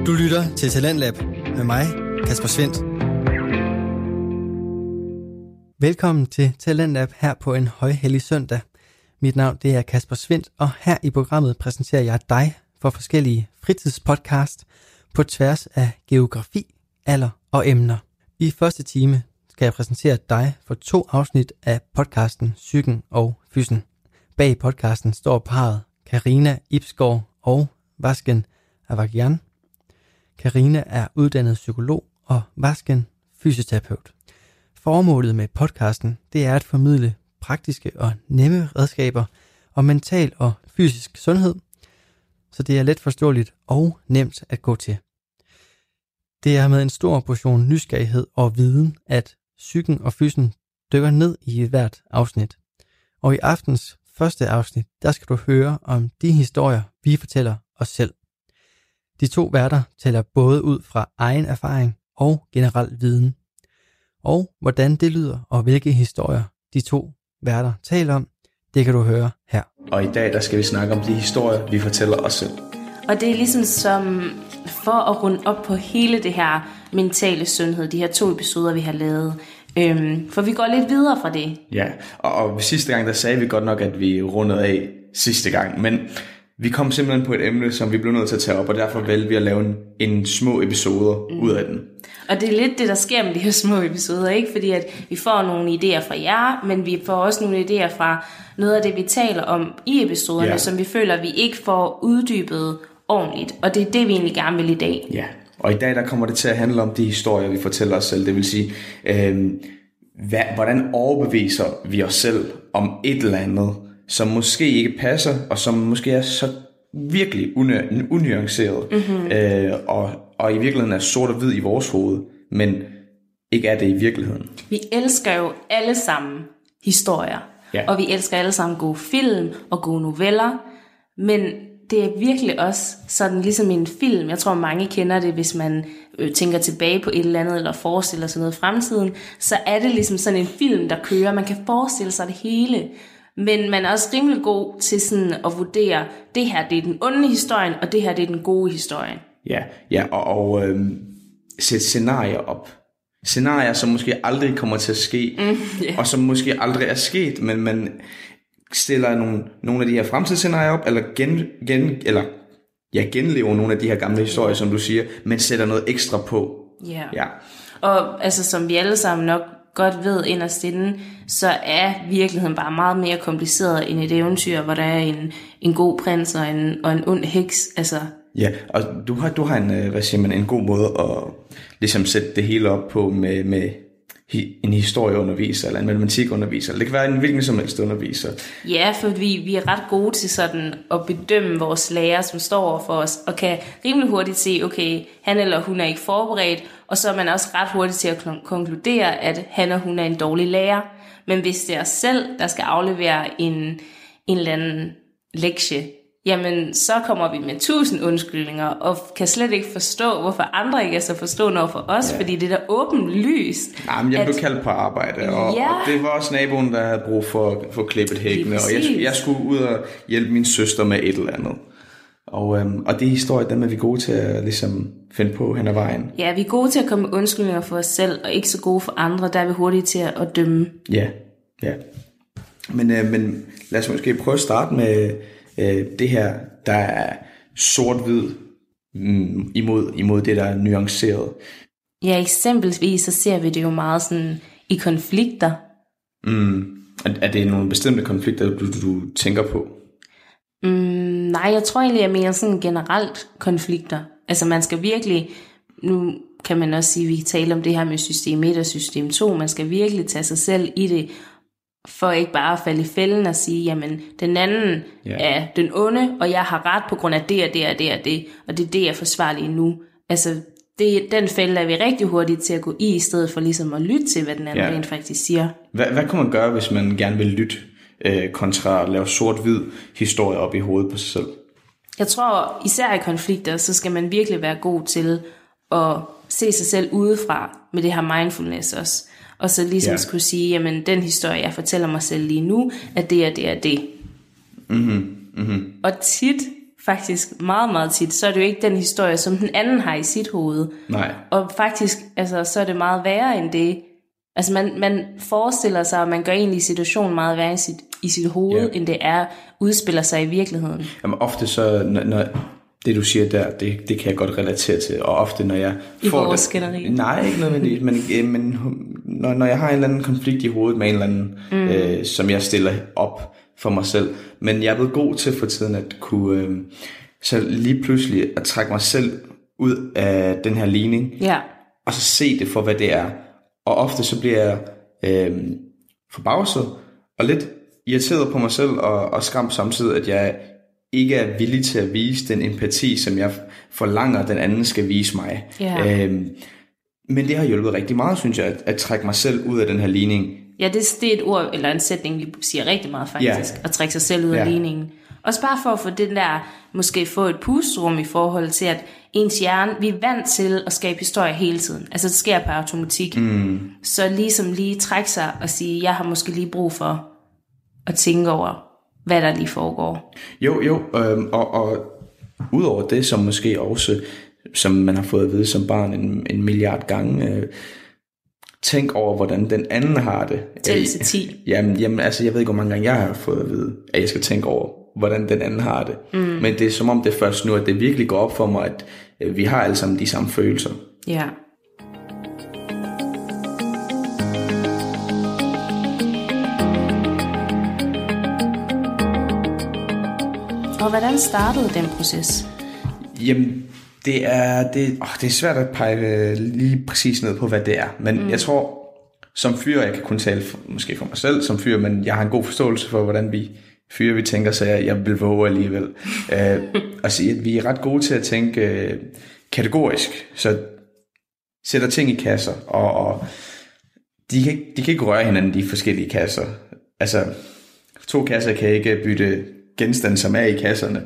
Du lytter til Talentlab med mig, Kasper Svendt. Velkommen til Talentlab her på en højhellig søndag. Mit navn det er Kasper Svendt, og her i programmet præsenterer jeg dig for forskellige fritidspodcast på tværs af geografi, alder og emner. I første time skal jeg præsentere dig for 2 afsnit af podcasten Psyken og Fysen. Bag podcasten står parret Karina Ibsgaard og Vasken Avakian. Karina er uddannet psykolog og Vasken fysioterapeut. Formålet med podcasten det er at formidle praktiske og nemme redskaber om mental og fysisk sundhed, så det er let forståeligt og nemt at gå til. Det er med en stor portion nysgerrighed og viden, at Psyken og Fysen dykker ned i hvert afsnit. Og i aftens første afsnit, der skal du høre om de historier, vi fortæller os selv. De 2 værter taler både ud fra egen erfaring og generel viden. Og hvordan det lyder, og hvilke historier de 2 værter taler om, det kan du høre her. Og i dag, der skal vi snakke om de historier, vi fortæller os selv. Og det er ligesom som for at runde op på hele det her mentale sundhed, de her 2 episoder, vi har lavet. For vi går lidt videre fra det. Ja, og sidste gang, der sagde vi godt nok, at vi rundede af sidste gang. Men vi kom simpelthen på et emne, som vi blev nødt til at tage op, og derfor valgte vi at lave en små episoder ud af den. Og det er lidt det, der sker med de her små episoder, ikke? Fordi at vi får nogle idéer fra jer, men vi får også nogle idéer fra noget af det, vi taler om i episoderne, som vi føler, vi ikke får uddybet ordentligt. Og det er det, vi egentlig gerne vil i dag. Ja, og i dag der kommer det til at handle om de historier, vi fortæller os selv. Det vil sige, hvordan overbeviser vi os selv om et eller andet, som måske ikke passer, og som måske er så virkelig unuanceret, og i virkeligheden er sort og hvid i vores hoved, men ikke er det i virkeligheden. Vi elsker jo alle sammen historier, og vi elsker alle sammen gode film og gode noveller, men det er virkelig også sådan ligesom en film. Jeg tror mange kender det, hvis man tænker tilbage på et eller andet, eller forestiller sig noget i fremtiden, så er det ligesom sådan en film, der kører. Man kan forestille sig det hele, men man er også rimelig god til sådan at vurdere, det her det er den onde historien, og det her det er den gode historien. Ja, og sætte scenarier op. Scenarier, som måske aldrig kommer til at ske, og som måske aldrig er sket, men man stiller nogle af de her fremtidsscenarier op, eller genlever nogle af de her gamle historier, som du siger, men sætter noget ekstra på. Ja. Og altså, som vi alle sammen nok godt ved inderst inde, så er virkeligheden bare meget mere kompliceret end et eventyr, hvor der er en god prins og en ond heks. Altså. Ja, og du har en god måde at ligesom sætte det hele op på med en historieunderviser eller en matematikunderviser. Det kan være en hvilken som helst underviser. Ja, for vi er ret gode til sådan at bedømme vores lærer, som står over for os, og kan rimelig hurtigt se, okay, han eller hun er ikke forberedt, og så er man også ret hurtigt til at konkludere, at han og hun er en dårlig lærer. Men hvis det er os selv, der skal aflevere en eller anden lektie, jamen så kommer vi med 1000 undskyldninger, og kan slet ikke forstå, hvorfor andre ikke er så forstående over for os, fordi det er da åbenlyst. Nej, men jeg blev kaldt på arbejde, og det var også naboen, der havde brug for at få klippet hækkene, og jeg skulle ud og hjælpe min søster med et eller andet. Og det historie, dem er vi gode til at ligesom finde på hen ad vejen. Ja, vi er gode til at komme med undskyldninger for os selv, og ikke så gode for andre, der er vi hurtige til at dømme. Ja. Men lad os måske prøve at starte med det her, der er sort-hvid imod det, der er nuanceret. Ja, eksempelvis så ser vi det jo meget sådan i konflikter. Er det nogle bestemte konflikter, du tænker på? Nej, jeg tror egentlig, jeg mener sådan generelt konflikter. Altså man skal virkelig, nu kan man også sige, at vi taler om det her med system 1 og system 2, man skal virkelig tage sig selv i det, for ikke bare at falde i fælden og sige, jamen den anden er den onde, og jeg har ret på grund af det og det og det og det, og det er det, jeg er forsvarlig nu. Altså den fælde er vi rigtig hurtigt til at gå i stedet for ligesom at lytte til, hvad den anden rent faktisk siger. Hvad kan man gøre, hvis man gerne vil lytte, kontra at lave sort-hvid historie op i hovedet på sig selv? Jeg tror, især i konflikter, så skal man virkelig være god til at se sig selv udefra med det her mindfulness også. Og så ligesom skulle sige, jamen den historie, jeg fortæller mig selv lige nu, at det er det. Og tit faktisk meget, meget tit, så er det jo ikke den historie, som den anden har i sit hoved. Nej. Og faktisk, altså, så er det meget værre end det. Altså man forestiller sig, og man gør egentlig situationen meget værre i sit hoved, end det er, udspiller sig i virkeligheden. Jamen ofte så, når det du siger der, det kan jeg godt relatere til, og ofte når jeg I får vores skænderi. Nej, ikke nødvendigt, men når jeg har en eller anden konflikt i hovedet med en eller anden, som jeg stiller op for mig selv, men jeg er blevet god til for tiden at kunne, så lige pludselig at trække mig selv ud af den her ligning, og så se det for, hvad det er. Og ofte så bliver jeg forbavset og lidt irriteret på mig selv og skræmt samtidig, at jeg ikke er villig til at vise den empati, som jeg forlanger, den anden skal vise mig. Men det har hjulpet rigtig meget, synes jeg, at trække mig selv ud af den her ligning. Ja, det er et ord eller en sætning, vi siger rigtig meget faktisk, at trække sig selv ud af ligningen. Også bare for at få den der, måske få et pusterum i forhold til, at ens hjerne, vi er vant til at skabe historier hele tiden. Altså det sker på automatik. Så ligesom lige trække sig og sige, jeg har måske lige brug for at tænke over, hvad der lige foregår. Jo, og udover det, som måske også, som man har fået at vide som barn en milliard gange, tænk over, hvordan den anden har det. Tæl til 10. Jamen, altså, jeg ved ikke, hvor mange gange jeg har fået at vide, at jeg skal tænke over, hvordan den anden har det. Men det er som om det først nu, at det virkelig går op for mig, at vi har alle sammen de samme følelser. Ja. Og hvordan startede den proces? Jamen, det er svært at pege lige præcis ned på, hvad det er. Men jeg tror, som fyr, jeg kan kun tale måske for mig selv som fyr, men jeg har en god forståelse for, hvordan vi fyre, vi tænker, så jeg vil våge alligevel. Og sige, at vi er ret gode til at tænke kategorisk. Så sætter ting i kasser, og de kan ikke røre hinanden, de forskellige kasser. Altså, 2 kasser kan ikke bytte genstande, som er i kasserne.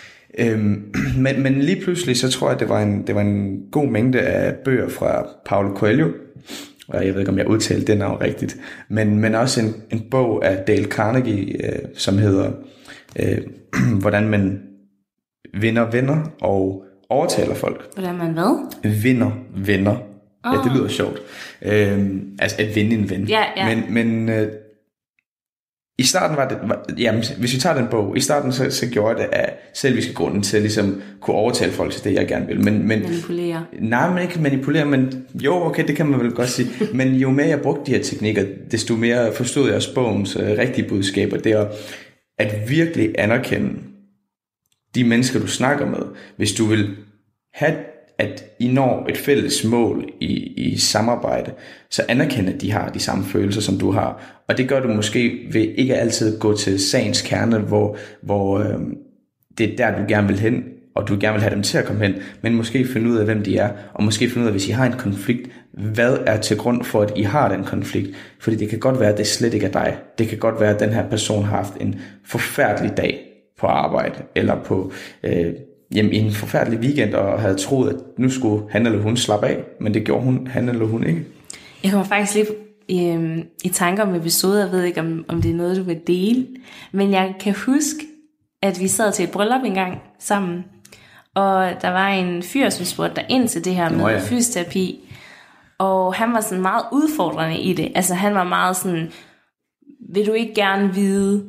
Men lige pludselig, så tror jeg, at det var en god mængde af bøger fra Paulo Coelho, og jeg ved ikke, om jeg udtalte det navn rigtigt, men også en bog af Dale Carnegie, som hedder hvordan man vinder venner og overtaler folk. Hvordan man hvad? Vinder venner. Ja, det lyder sjovt. Altså at vinde en ven. Ja. Men i starten var det, jamen, hvis vi tager den bog, i starten så gjorde det af selviske grunden til at ligesom kunne overtale folk til det, jeg gerne vil. Men manipulere. Nej, men ikke manipulere, men jo, okay, det kan man vel godt sige. Men jo mere jeg brugte de her teknikker, desto mere forstod jeg også bogens rigtige budskaber. Det er at virkelig anerkende de mennesker, du snakker med. Hvis du vil have, at I når et fælles mål i samarbejde, så anerkende, at de har de samme følelser, som du har. Og det gør du måske ved ikke altid gå til sagens kerne, hvor det er der, du gerne vil hen, og du gerne vil have dem til at komme hen, men måske finde ud af, hvem de er, og måske finde ud af, hvis I har en konflikt, hvad er til grund for, at I har den konflikt? Fordi det kan godt være, at det slet ikke er dig. Det kan godt være, at den her person har haft en forfærdelig dag på arbejde, eller på en forfærdelig weekend, og havde troet, at nu skulle han eller hun slappe af, men det gjorde han eller hun ikke. Jeg kommer faktisk lidt i tanker om episoder, jeg ved ikke, om det er noget, du vil dele, men jeg kan huske, at vi sad til et bryllup engang sammen, og der var en fyr, som spurgte dig ind til det her med fysioterapi, og han var sådan meget udfordrende i det. Altså han var meget sådan, vil du ikke gerne vide,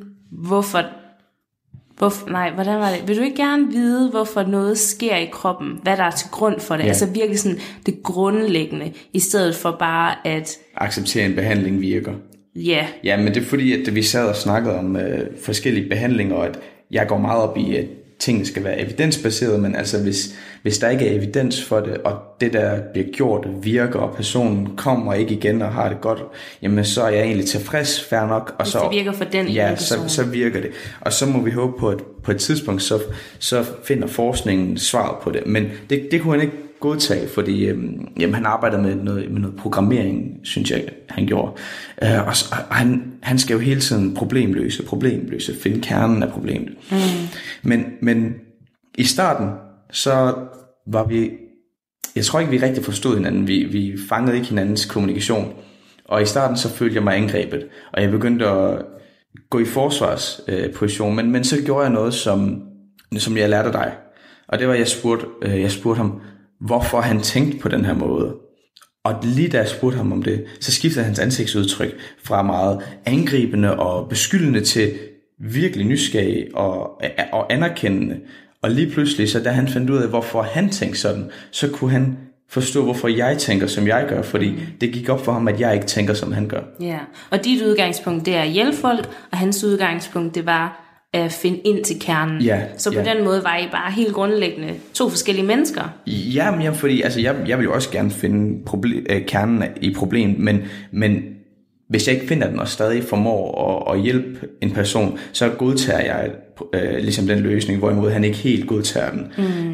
vil du ikke gerne vide, hvorfor noget sker i kroppen, hvad der er til grund for det, altså virkelig sådan det grundlæggende, i stedet for bare at acceptere en behandling virker. Ja. Ja, men det er fordi, at vi sad og snakkede om forskellige behandlinger, og at jeg går meget op i, at tingene skal være evidensbaseret, men altså hvis der ikke er evidens for det, og det der bliver gjort virker, og personen kommer ikke igen og har det godt, jamen så er jeg egentlig tilfreds, fair nok. Og hvis det virker for den person. så virker det. Og så må vi håbe på, at på et tidspunkt, så finder forskningen svaret på det. Men det kunne han ikke godtage, fordi han arbejder med noget programmering, synes jeg, han gjorde. Og han skal jo hele tiden problemløse, finde kernen af problemet. Men i starten, så var vi, jeg tror ikke, vi rigtig forstod hinanden. Vi fangede ikke hinandens kommunikation. Og i starten, så følte jeg mig angrebet. Og jeg begyndte at gå i forsvarsposition. Men så gjorde jeg noget, som som jeg lærte af dig. Og det var, jeg spurgte ham, hvorfor han tænkte på den her måde. Og lige da jeg spurgte ham om det, så skiftede hans ansigtsudtryk fra meget angribende og beskyldende til virkelig nysgerrig og anerkendende. Og lige pludselig, så da han fandt ud af, hvorfor han tænkte sådan, så kunne han forstå, hvorfor jeg tænker, som jeg gør, fordi det gik op for ham, at jeg ikke tænker, som han gør. Ja, og dit udgangspunkt, det er at hjælpe folk, og hans udgangspunkt, det var at finde ind til kernen. Ja, så på den måde var I bare helt grundlæggende 2 forskellige mennesker. Ja, fordi altså, jeg vil jo også gerne finde kernen i problemet, men hvis jeg ikke finder den og stadig formår at hjælpe en person, så godtager jeg ligesom den løsning, hvorimod han ikke helt godtager den.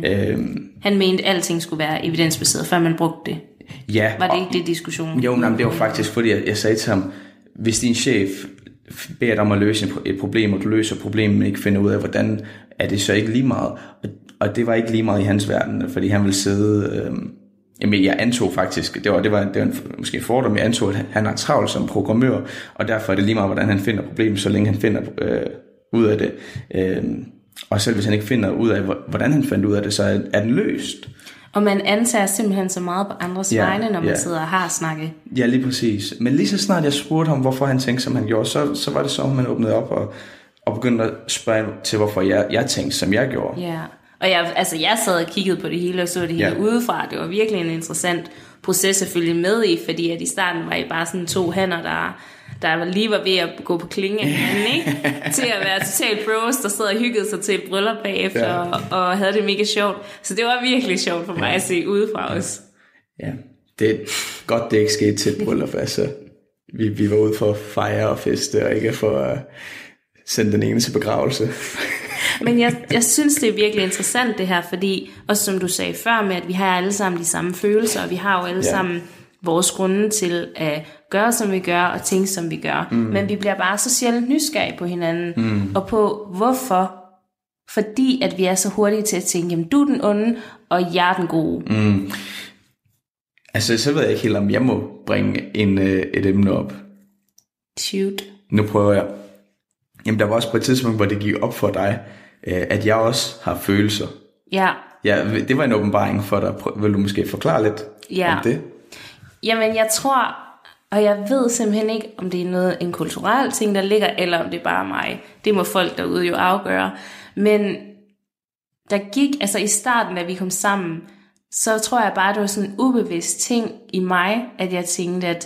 Han mente, at alting skulle være evidensbaseret, før man brugte det. Ja. Var det ikke det diskussion? Jo, det var faktisk, fordi jeg sagde til ham, hvis din chef beder dig om at løse et problem, og du løser problemet, men ikke finder ud af, hvordan, er det så ikke lige meget. Og det var ikke lige meget i hans verden, fordi han ville sidde... Jamen, jeg antog faktisk, det var måske en fordom, jeg antog, at han er travlt som programmør, og derfor er det lige meget, hvordan han finder problemet, så længe han finder ud af det. Og selv hvis han ikke finder ud af, hvordan han fandt ud af det, så er den løst. Og man antager simpelthen så meget på andres vegne, når man sidder og har snakket. Ja, lige præcis. Men lige så snart jeg spurgte ham, hvorfor han tænkte, som han gjorde, så var det så, at man åbnede op og begyndte at spørge til, hvorfor jeg tænkte, som jeg gjorde. Ja, og jeg sad og kiggede på det hele og så det hele udefra. Det var virkelig en interessant proces at følge med i, fordi at i starten var I bare sådan 2 hænder, der lige var ved at gå på klinge af hinanden, ikke? Til at være totalt bros, der sad og hyggede sig til et bryllup bagefter, og havde det mega sjovt. Så det var virkelig sjovt for mig at se udefra os. Ja, det er godt, det ikke skete til et bryllup. Altså, vi var ude for at fejre og feste, og ikke for at sende den ene til begravelse. Men jeg synes, det er virkelig interessant det her, fordi, også som du sagde før med, at vi har alle sammen de samme følelser, og vi har jo alle sammen vores grunde til at gøre, som vi gør, og tænke, som vi gør. Men vi bliver bare så sjældent nysgerrige på hinanden, og på hvorfor. Fordi at vi er så hurtige til at tænke, jamen du er den onde, og jeg er den gode. Altså, så ved jeg ikke helt, om jeg må bringe et emne op. Shoot. Nu prøver jeg. Jamen, der var også på et tidspunkt, hvor det gik op for dig, at jeg også har følelser. Ja. Ja, det var en åbenbaring for dig. Vil du måske forklare lidt om det? Jamen, jeg tror, og jeg ved simpelthen ikke, om det er en kulturel ting, der ligger, eller om det er bare mig. Det må folk derude jo afgøre. Men der gik, altså i starten, da vi kom sammen, så tror jeg bare, det var sådan en ubevidst ting i mig, at jeg tænkte, at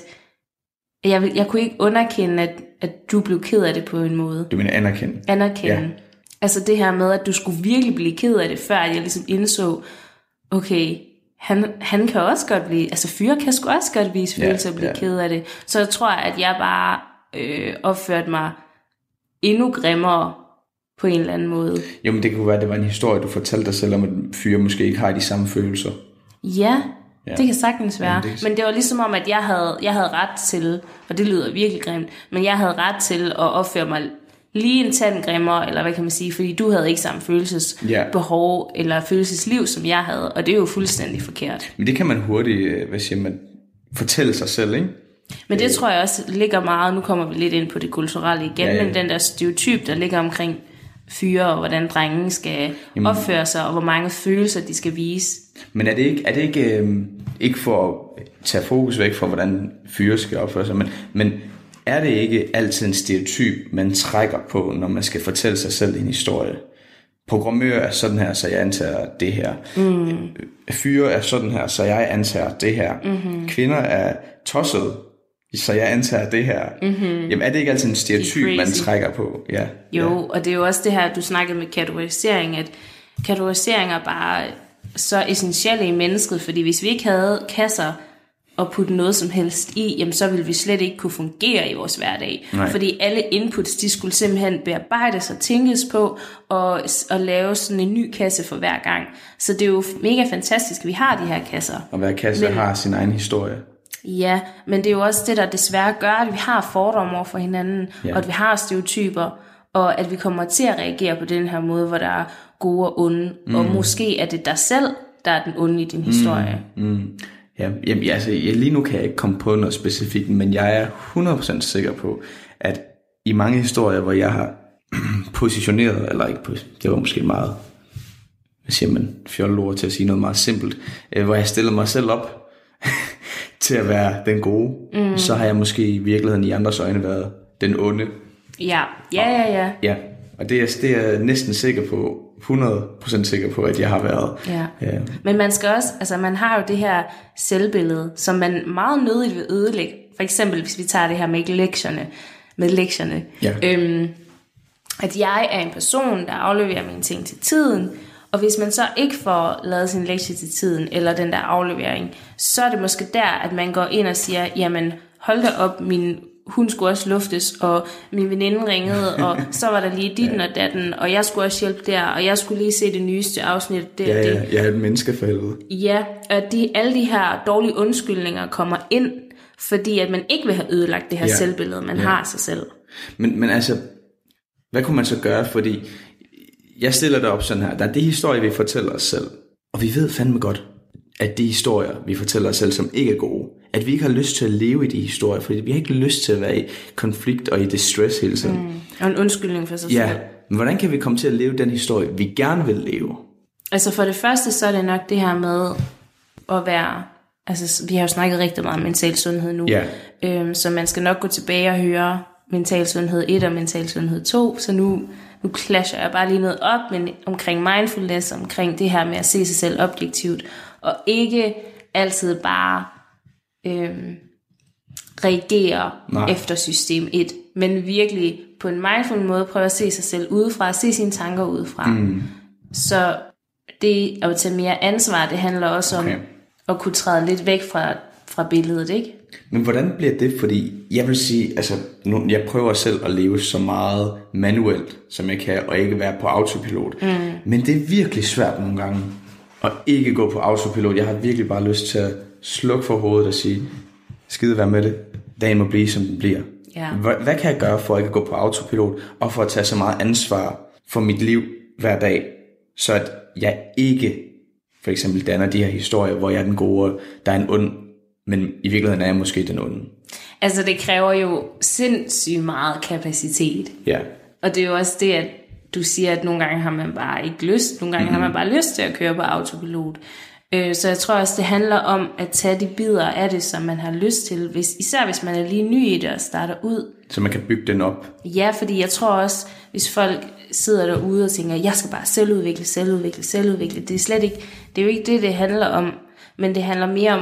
jeg kunne ikke underkende, at du blev ked af det på en måde. Du mener anerkende? Anerkende. Ja. Altså det her med, at du skulle virkelig blive ked af det, før jeg ligesom indså, okay, han kan også godt blive, altså fyre kan sgu også godt vise følelser og blive ked af det. Så jeg tror, at jeg bare opførte mig endnu grimmere på en eller anden måde. Jo, men det kunne være, at det var en historie, du fortalte dig selv om, at fyre måske ikke har de samme følelser. Ja, det kan sagtens være. Men det var ligesom om, at jeg havde ret til, og det lyder virkelig grimt, men jeg havde ret til at opføre mig lige en tand grimmere, eller hvad kan man sige, fordi du havde ikke samme følelsesbehov eller følelsesliv, som jeg havde, og det er jo fuldstændig forkert. Men det kan man hurtigt, hvad siger man, fortælle sig selv, ikke? Men det tror jeg også ligger meget, nu kommer vi lidt ind på det kulturelle igen, men den der stereotyp, der ligger omkring fyre, og hvordan drengen skal opføre sig, og hvor mange følelser de skal vise. Men er det ikke for at tage fokus væk fra, hvordan fyre skal opføre sig, men er det ikke altid en stereotyp, man trækker på, når man skal fortælle sig selv en historie? Programmør er sådan her, så jeg antager det her. Fyre er sådan her, så jeg antager det her. Kvinder er tossede, så jeg antager det her. Jamen er det ikke altid en stereotyp, man trækker på? Ja. Jo, og det er jo også det her, du snakkede med kategorisering, at kategorisering er bare så essentielle i mennesket, fordi hvis vi ikke havde kasser og putte noget som helst i, jamen så ville vi slet ikke kunne fungere i vores hverdag. Nej. Fordi alle inputs, de skulle simpelthen bearbejdes og tænkes på, og lave sådan en ny kasse for hver gang. Så det er jo mega fantastisk, at vi har de her kasser. Og hver kasse har sin egen historie. Ja, men det er jo også det, der desværre gør, at vi har fordomme over for hinanden, og at vi har stereotyper, og at vi kommer til at reagere på den her måde, hvor der er gode og onde, og måske er det dig selv, der er den onde i din historie. Ja, jamen, altså, lige nu kan jeg ikke komme på noget specifikt, men jeg er 100% sikker på, at i mange historier, hvor jeg har positioneret, eller ikke, det var måske meget hvad siger man, fjolleord til at sige noget meget simpelt, hvor jeg stillede mig selv op til at være den gode, så har jeg måske i virkeligheden i andres øjne været den onde. Ja, og det er jeg næsten sikker på, 100% sikker på, at jeg har været. Ja. Men man skal også, altså man har jo det her selvbillede, som man meget nødigt vil ødelægge. For eksempel, hvis vi tager det her med lektierne. Ja. At jeg er en person, der afleverer mine ting til tiden, og hvis man så ikke får lavet sin lektie til tiden, eller den der aflevering, så er det måske der, at man går ind og siger, jamen hold da op, hun skulle også luftes, og min veninde ringede, og så var der lige ditten og datten, og jeg skulle også hjælpe der, og jeg skulle lige se det nyeste afsnit. Det. Jeg er et menneske for helvede. Ja, og alle de her dårlige undskyldninger kommer ind, fordi at man ikke vil have ødelagt det her selvbillede, man har af sig selv. Men altså, hvad kunne man så gøre? Fordi jeg stiller det op sådan her, der er de historier, vi fortæller os selv, og vi ved fandme godt, at de historier, vi fortæller os selv, som ikke er gode, at vi ikke har lyst til at leve i de historier, fordi vi har ikke lyst til at være i konflikt og i distress hele tiden. Og en undskyldning for sig selv. Ja, men hvordan kan vi komme til at leve den historie, vi gerne vil leve? Altså for det første, så er det nok det her med at være, altså vi har jo snakket rigtig meget om mental sundhed nu, så man skal nok gå tilbage og høre mental sundhed 1 og mental sundhed 2, så nu clasher jeg bare lige noget op, men omkring mindfulness, omkring det her med at se sig selv objektivt, og ikke altid bare reagere efter system 1, men virkelig på en mindful måde prøve at se sig selv udefra, se sine tanker udefra. Så det at tage mere ansvar, det handler også om at kunne træde lidt væk fra billedet, ikke? Men hvordan bliver det? Fordi jeg vil sige, altså jeg prøver selv at leve så meget manuelt, som jeg kan, og ikke være på autopilot. Men det er virkelig svært nogle gange at ikke gå på autopilot. Jeg har virkelig bare lyst til at slukke for hovedet og sige, skide være med det. Dagen må blive, som den bliver. Ja. Hvad kan jeg gøre for at ikke gå på autopilot, og for at tage så meget ansvar for mit liv hver dag, så at jeg ikke for eksempel danner de her historier, hvor jeg er den gode, der er en ond, men i virkeligheden er jeg måske den onde. Altså det kræver jo sindssygt meget kapacitet. Ja. Og det er jo også det, at du siger, at nogle gange har man bare ikke lyst, nogle gange har man bare lyst til at køre på autopilot. Så jeg tror også, det handler om at tage de bidder af det, som man har lyst til, især hvis man er lige ny i det og starter ud. Så man kan bygge den op. Ja, fordi jeg tror også, hvis folk sidder derude og tænker, jeg skal bare selvudvikle, det er jo ikke det handler om, men det handler mere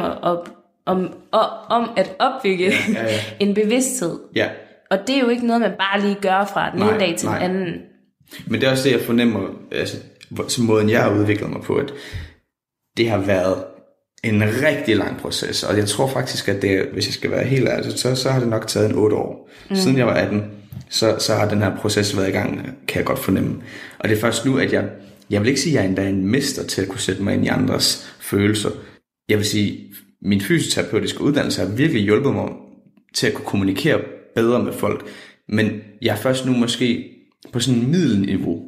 om at opbygge en bevidsthed. Ja. Og det er jo ikke noget, man bare lige gør fra den ene dag til den anden. Men det er også det, jeg fornemmer, altså, som måden jeg har udviklet mig på, at det har været en rigtig lang proces, og jeg tror faktisk, at det, hvis jeg skal være helt ærlig, så har det nok taget en 8 år. Siden jeg var 18, så har den her proces været i gang, kan jeg godt fornemme. Og det er først nu, at jeg vil ikke sige, at jeg endda er en mester til at kunne sætte mig ind i andres følelser. Jeg vil sige, min fysioterapeutiske uddannelse har virkelig hjulpet mig til at kunne kommunikere bedre med folk, men jeg er først nu måske på sådan en middelniveau,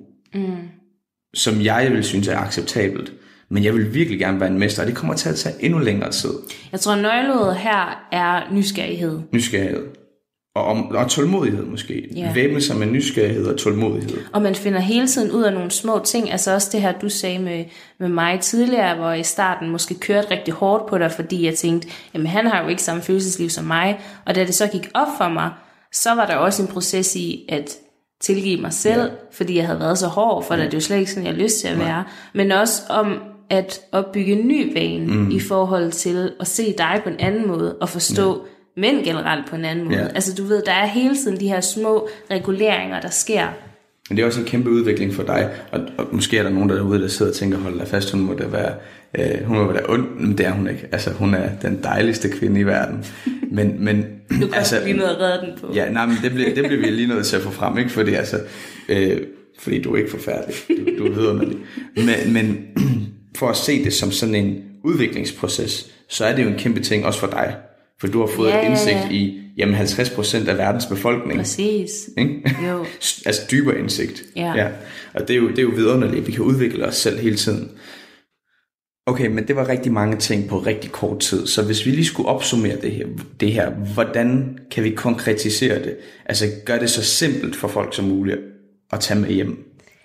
som jeg vil synes er acceptabelt. Men jeg vil virkelig gerne være en mester, og det kommer til at tage endnu længere tid. Jeg tror, nøgleordet her er nysgerrighed. Nysgerrighed. Og tålmodighed måske. Yeah. Væbne sig med nysgerrighed og tålmodighed. Og man finder hele tiden ud af nogle små ting. Altså også det her, du sagde med mig tidligere, hvor jeg i starten måske kørte rigtig hårdt på dig, fordi jeg tænkte, jamen han har jo ikke samme følelsesliv som mig. Og da det så gik op for mig, så var der også en proces i at tilgive mig selv, fordi jeg havde været så hård, for det er jo slet ikke sådan, jeg har lyst til at være. Men også om at opbygge en ny vane i forhold til at se dig på en anden måde, og forstå mænd generelt på en anden måde. Altså du ved, der er hele tiden de her små reguleringer, der sker. Men det er også en kæmpe udvikling for dig, og måske er der nogen derude, der sidder og tænker, hold da fast, hun må da være ond, men det er hun ikke. Altså hun er den dejligste kvinde i verden. Men du kan altså lige noget at redde den på. Ja, nej, men det bliver vi lige nødt til at få frem, ikke? Fordi fordi du er ikke forfærdelig. Du er vidunderlig. Men for at se det som sådan en udviklingsproces, så er det jo en kæmpe ting også for dig. For du har fået indsigt i 50% af verdens befolkning. Præcis. Jo. Altså dybere indsigt. Ja. Og det er jo vidunderligt. Vi kan udvikle os selv hele tiden. Okay, men det var rigtig mange ting på rigtig kort tid. Så hvis vi lige skulle opsummere det her, hvordan kan vi konkretisere det? Altså gør det så simpelt for folk som muligt at tage med hjem?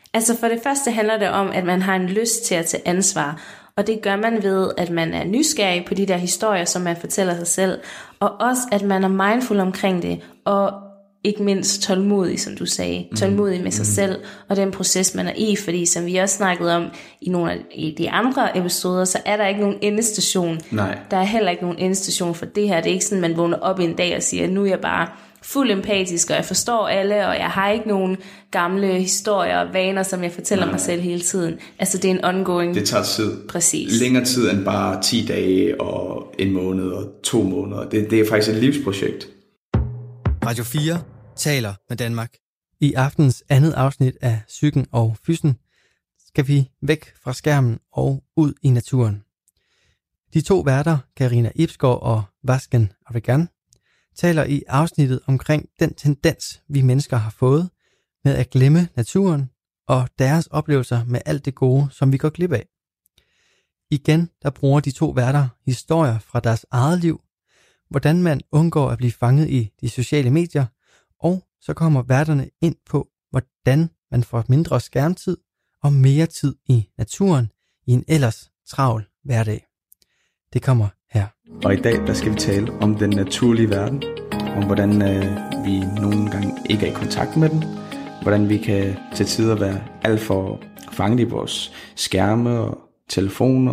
Altså for det første handler det om, at man har en lyst til at tage ansvar. Og det gør man ved, at man er nysgerrig på de der historier, som man fortæller sig selv. Og også, at man er mindful omkring det. Og ikke mindst tålmodig, som du sagde. Tålmodig med sig selv og den proces, man er i. Fordi som vi også snakkede om i nogle af de andre episoder, så er der ikke nogen endestation. Nej. Der er heller ikke nogen endestation for det her. Det er ikke sådan, man vågner op en dag og siger, nu er jeg bare fuld empatisk, og jeg forstår alle, og jeg har ikke nogen gamle historier og vaner, som jeg fortæller mig selv hele tiden. Altså det er en ongoing. Det tager tid. Præcis. Længere tid end bare 10 dage og 1 måned og 2 måneder. Det er faktisk et livsprojekt. Radio 4 taler med Danmark. I aftens andet afsnit af Psyken og Fysen skal vi væk fra skærmen og ud i naturen. De 2 værter, Karina Ibsgaard og Vasken Avegan, taler i afsnittet omkring den tendens, vi mennesker har fået med at glemme naturen og deres oplevelser med alt det gode, som vi går glip af. Igen, der bruger de 2 værter historier fra deres eget liv, hvordan man undgår at blive fanget i de sociale medier, og så kommer værterne ind på, hvordan man får mindre skærmtid og mere tid i naturen i en ellers travl hverdag. Det kommer her. Og i dag, der skal vi tale om den naturlige verden, om hvordan vi nogle gange ikke er i kontakt med den, hvordan vi kan til tider være alt for fanget i vores skærme og telefoner,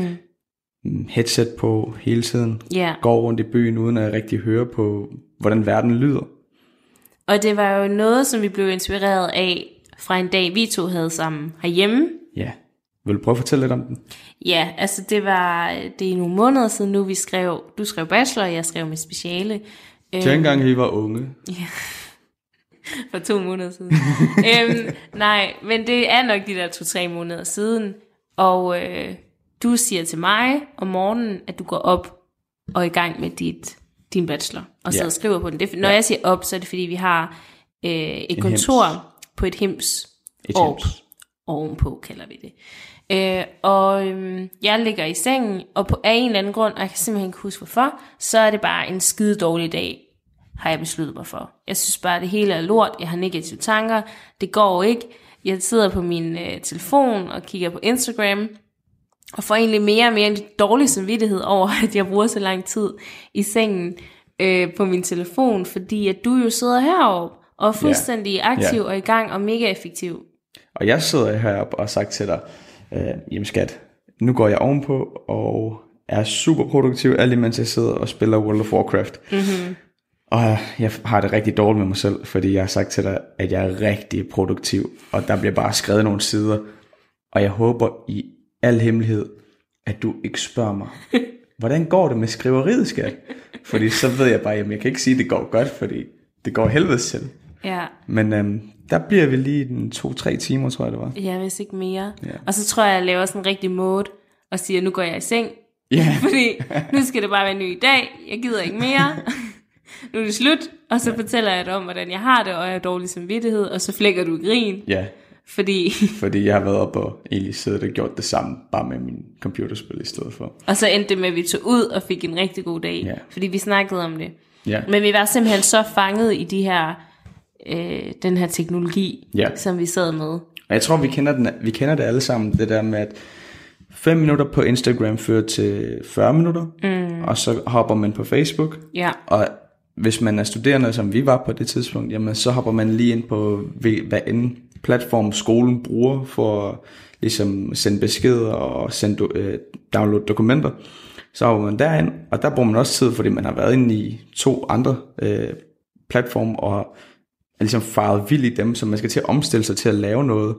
headset på hele tiden, går rundt i byen uden at rigtig høre på, hvordan verden lyder. Og det var jo noget, som vi blev inspireret af fra en dag, vi 2 havde sammen herhjemme. Ja. Vil du prøve at fortælle lidt om den? Ja, altså det er nogle måneder siden nu, du skrev bachelor, og jeg skrev mit speciale. Dengang vi var unge. Ja, for 2 måneder siden. Nej, men det er nok de der 2-3 måneder siden. Og du siger til mig om morgenen, at du går op og er i gang med din bachelor, og så skriver på den. Når jeg siger op, så er det fordi, vi har et kontor på et HIMSS. Ovenpå kalder vi det. Jeg ligger i sengen, og af en eller anden grund, og jeg kan simpelthen ikke huske hvorfor, så er det bare en skide dårlig dag, har jeg besluttet mig for. Jeg synes bare, det hele er lort, jeg har negative tanker, det går ikke. Jeg sidder på min telefon og kigger på Instagram, og får egentlig mere og mere en dårlig samvittighed over, at jeg bruger så lang tid i sengen på min telefon, fordi at du jo sidder heroppe og er fuldstændig aktiv og i gang og mega effektiv. Og jeg sidder heroppe og har sagt til dig, jamen skat, nu går jeg ovenpå og er super produktiv, alt imens jeg sidder og spiller World of Warcraft. Mm-hmm. Og jeg har det rigtig dårligt med mig selv, fordi jeg har sagt til dig, at jeg er rigtig produktiv, og der bliver bare skrevet nogle sider. Og jeg håber i al hemmelighed, at du ikke spørger mig, hvordan går det med skriveriet, skat? Fordi så ved jeg bare, at jeg kan ikke sige, at det går godt, fordi det går helvedes selv. Ja. Men der bliver vi lige 2-3 timer, tror jeg det var. Ja, hvis ikke mere. Ja. Og så tror jeg laver sådan en rigtig mode, og siger, nu går jeg i seng. Ja. Fordi nu skal det bare være en ny dag, jeg gider ikke mere. Nu er det slut, og så fortæller jeg dig om, hvordan jeg har det, og jeg har dårlig samvittighed, og så flækker du grin. Ja. Fordi jeg har været oppe og egentlig siddet og gjort det samme, bare med min computerspil i stedet for. Og så endte det med, at vi tog ud og fik en rigtig god dag, fordi vi snakkede om det. Ja. Men vi var simpelthen så fanget i den her teknologi, som vi sad med. Og jeg tror, vi kender det alle sammen, det der med, at 5 minutter på Instagram fører til 40 minutter, og så hopper man på Facebook. Ja. Og hvis man er studerende, som vi var på det tidspunkt, jamen så hopper man lige ind på hvad end platform skolen bruger for at ligesom sende beskeder og downloade dokumenter. Så hopper man derind, og der bruger man også tid, fordi man har været inde i 2 andre platforme og er ligesom faret vild i dem, så man skal til at omstille sig til at lave noget.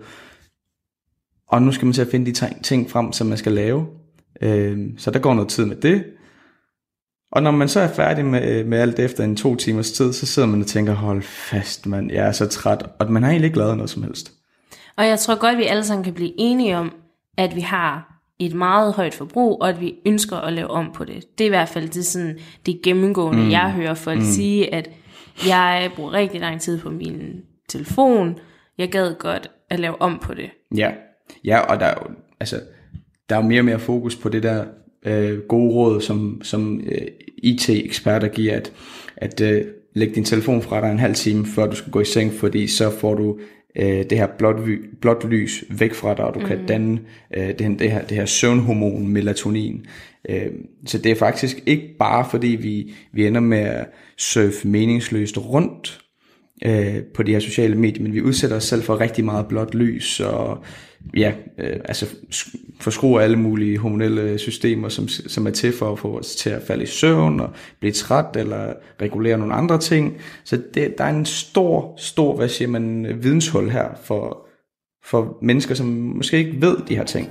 Og nu skal man til at finde de ting frem, som man skal lave. Så der går noget tid med det. Og når man så er færdig med alt efter en 2 timers tid, så sidder man og tænker, hold fast mand, jeg er så træt. Og man har egentlig ikke lavet noget som helst. Og jeg tror godt, vi alle sammen kan blive enige om, at vi har et meget højt forbrug, og at vi ønsker at lave om på det. Det er i hvert fald det gennemgående, jeg hører folk sige, at jeg bruger rigtig lang tid på min telefon. Jeg gad godt at lave om på det. Ja, og der er jo mere og mere fokus på det der gode råd, som IT-eksperter giver, at lægge din telefon fra dig en halv time, før du skal gå i seng, fordi så får du det her blåt lys væk fra dig, og du kan danne det her søvnhormon melatonin. Så det er faktisk ikke bare fordi vi ender med at surfe meningsløst rundt på de her sociale medier, men vi udsætter os selv for rigtig meget blåt lys, og forskruer alle mulige hormonelle systemer, som er til for at få os til at falde i søvn og blive træt eller regulere nogle andre ting. Så der er en stor videnshul her for mennesker, som måske ikke ved de her ting.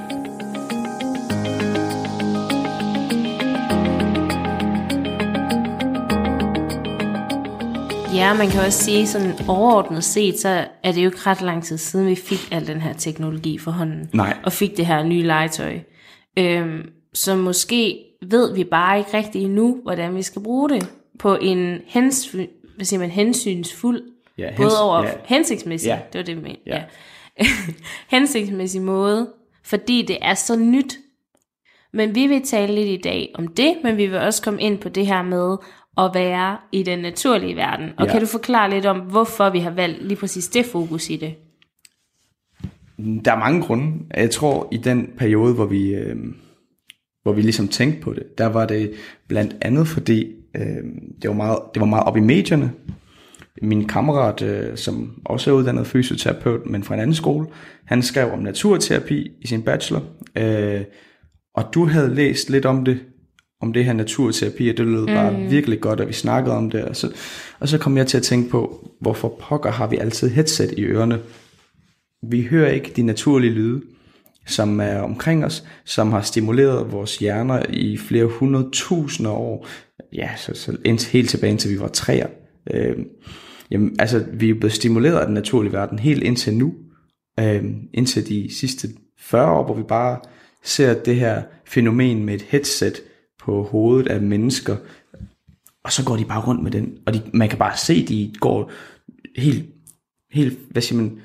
Ja, man kan også sige, sådan overordnet set, så er det jo ikke ret lang tid siden, vi fik al den her teknologi for hånden. Nej. Og fik det her nye legetøj. Så måske ved vi bare ikke rigtig endnu, hvordan vi skal bruge det på en hensynsfuld, hensigtsmæssig, det var det, vi mente. Ja. Hensigtsmæssig måde, fordi det er så nyt. Men vi vil tale lidt i dag om det, men vi vil også komme ind på det her med at være i den naturlige verden. Og kan du forklare lidt om, hvorfor vi har valgt lige præcis det fokus i det? Der er mange grunde. Jeg tror, i den periode, hvor vi ligesom tænkte på det, der var det blandt andet, fordi det var meget op i medierne. Min kammerat, som også er uddannet fysioterapeut, men fra en anden skole, han skrev om naturterapi i sin bachelor. Og du havde læst lidt om det her naturterapi, og det lød bare virkelig godt, at vi snakkede om det. Og så kom jeg til at tænke på, hvorfor pokker har vi altid headset i ørerne? Vi hører ikke de naturlige lyde, som er omkring os, som har stimuleret vores hjerner i flere 100.000 år. Ja, så helt tilbage indtil vi var træer. Vi er blevet stimuleret af den naturlige verden helt indtil nu. Indtil de sidste 40 år, hvor vi bare ser det her fænomen med et headset på hovedet af mennesker, og så går de bare rundt med den, og man kan bare se, de går helt hvad siger man,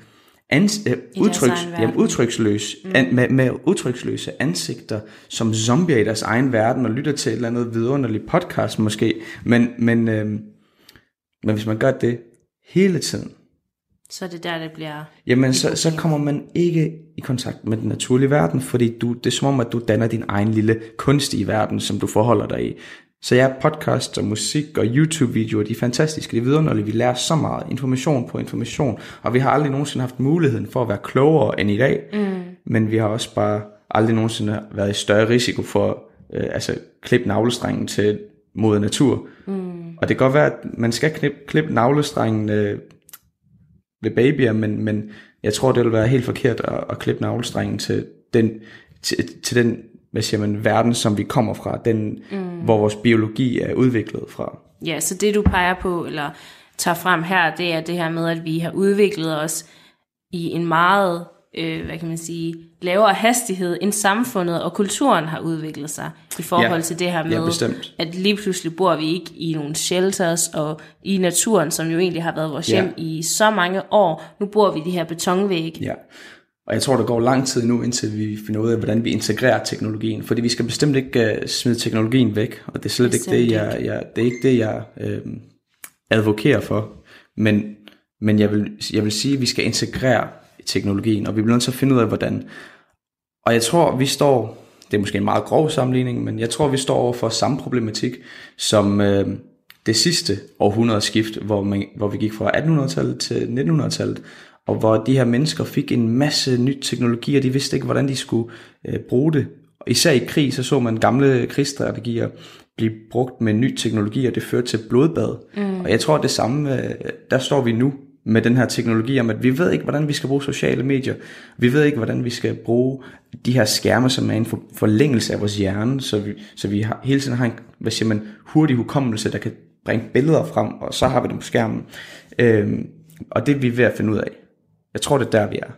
med udtryksløse ansigter, som zombier i deres egen verden, og lytter til et eller andet vidunderligt podcast måske, men hvis man gør det hele tiden, så er det der, det bliver... Jamen, så kommer man ikke i kontakt med den naturlige verden, fordi det er som om, at du danner din egen lille kunstige verden, som du forholder dig i. Så podcast og musik og YouTube-videoer, de er fantastiske, de er vidunderlige, vi lærer så meget information på information, og vi har aldrig nogensinde haft muligheden for at være klogere end i dag, men vi har også bare aldrig nogensinde været i større risiko for klippe navlestrengen til mod natur. Og det kan godt være, at man skal klippe navlestrengen ved babyer, men jeg tror, det vil være helt forkert at klippe navlestrengen til den hvad siger man, verden, som vi kommer fra, den, hvor vores biologi er udviklet fra. Ja, så det du peger på, eller tager frem her, det er det her med, at vi har udviklet os i en meget, lavere hastighed, end samfundet og kulturen har udviklet sig, i forhold til det her med, at lige pludselig bor vi ikke i nogle shelters, og i naturen, som jo egentlig har været vores hjem i så mange år, nu bor vi i de her betonvægge. Ja. Og jeg tror, der går lang tid nu, indtil vi finder ud af, hvordan vi integrerer teknologien. Fordi vi skal bestemt ikke smide teknologien væk, og det er slet ikke det, jeg advokerer for. Men jeg vil sige, at vi skal integrere teknologien, og vi bliver nødt til at finde ud af, hvordan. Og jeg tror, vi står, det er måske en meget grov sammenligning, men jeg tror, vi står over for samme problematik, som det sidste århundredeskift, hvor vi gik fra 1800-tallet til 1900-tallet, og hvor de her mennesker fik en masse ny teknologi, og de vidste ikke, hvordan de skulle bruge det. Og især i krig, så man gamle krigsstrategier blive brugt med ny teknologi, og det førte til blodbad. Og jeg tror, det samme, der står vi nu med den her teknologi, om at vi ved ikke, hvordan vi skal bruge sociale medier. Vi ved ikke, hvordan vi skal bruge de her skærme, som er en forlængelse af vores hjerne, så vi hele tiden har en hurtig hukommelse, der kan bringe billeder frem, og så har vi det på skærmen. Og det er vi ved at finde ud af. Jeg tror, det er der, vi er.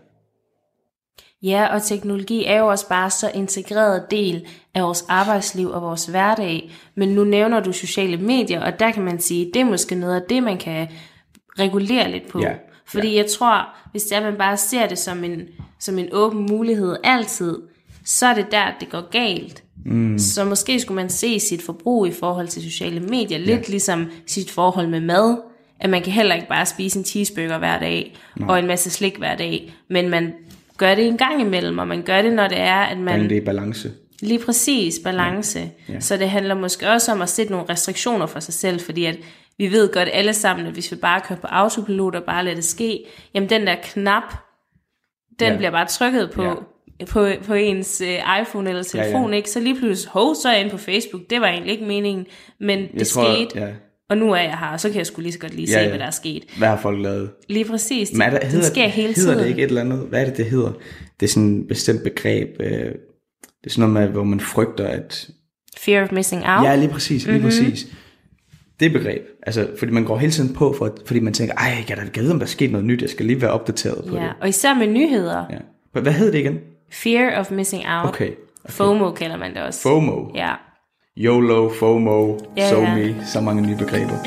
Ja, og teknologi er jo også bare så integreret del af vores arbejdsliv og vores hverdag. Men nu nævner du sociale medier, og der kan man sige, det er måske noget af det, man kan regulere lidt på. Fordi jeg tror, hvis det er, man bare ser det som en åben mulighed altid, så er det der, det går galt. Så måske skulle man se sit forbrug i forhold til sociale medier, lidt ligesom sit forhold med mad, at man kan heller ikke bare spise en cheeseburger hver dag, og en masse slik hver dag, men man gør det en gang imellem, og man gør det, når det er, at man... Det er balance. Lige præcis, balance. Ja. Så det handler måske også om at sætte nogle restriktioner for sig selv, fordi at vi ved godt alle sammen, at hvis vi bare kører på autopilot og bare lader det ske, jamen den der knap, den bliver bare trykket på ens iPhone eller telefon, ikke? Så lige pludselig, så er jeg inde på Facebook, det var egentlig ikke meningen, men det skete, og nu er jeg her, og så kan jeg sgu lige så godt lige se, hvad der er sket. Hvad har folk lavet? Lige præcis, det sker hele tiden. Hedder det ikke et eller andet? Hvad er det hedder? Det er sådan et bestemt begreb, det er sådan noget med, hvor man frygter, at... Fear of missing out? Ja, lige præcis. Det begreb, altså, fordi man går hele tiden på, fordi man tænker, jeg kan vide, om der er sket noget nyt, jeg skal lige være opdateret på det. Ja, og især med nyheder. Ja. Hvad hedder det igen? Fear of missing out. Okay. FOMO kalder man det også. FOMO? Ja. YOLO, FOMO, SoMe, så mange nye begreber.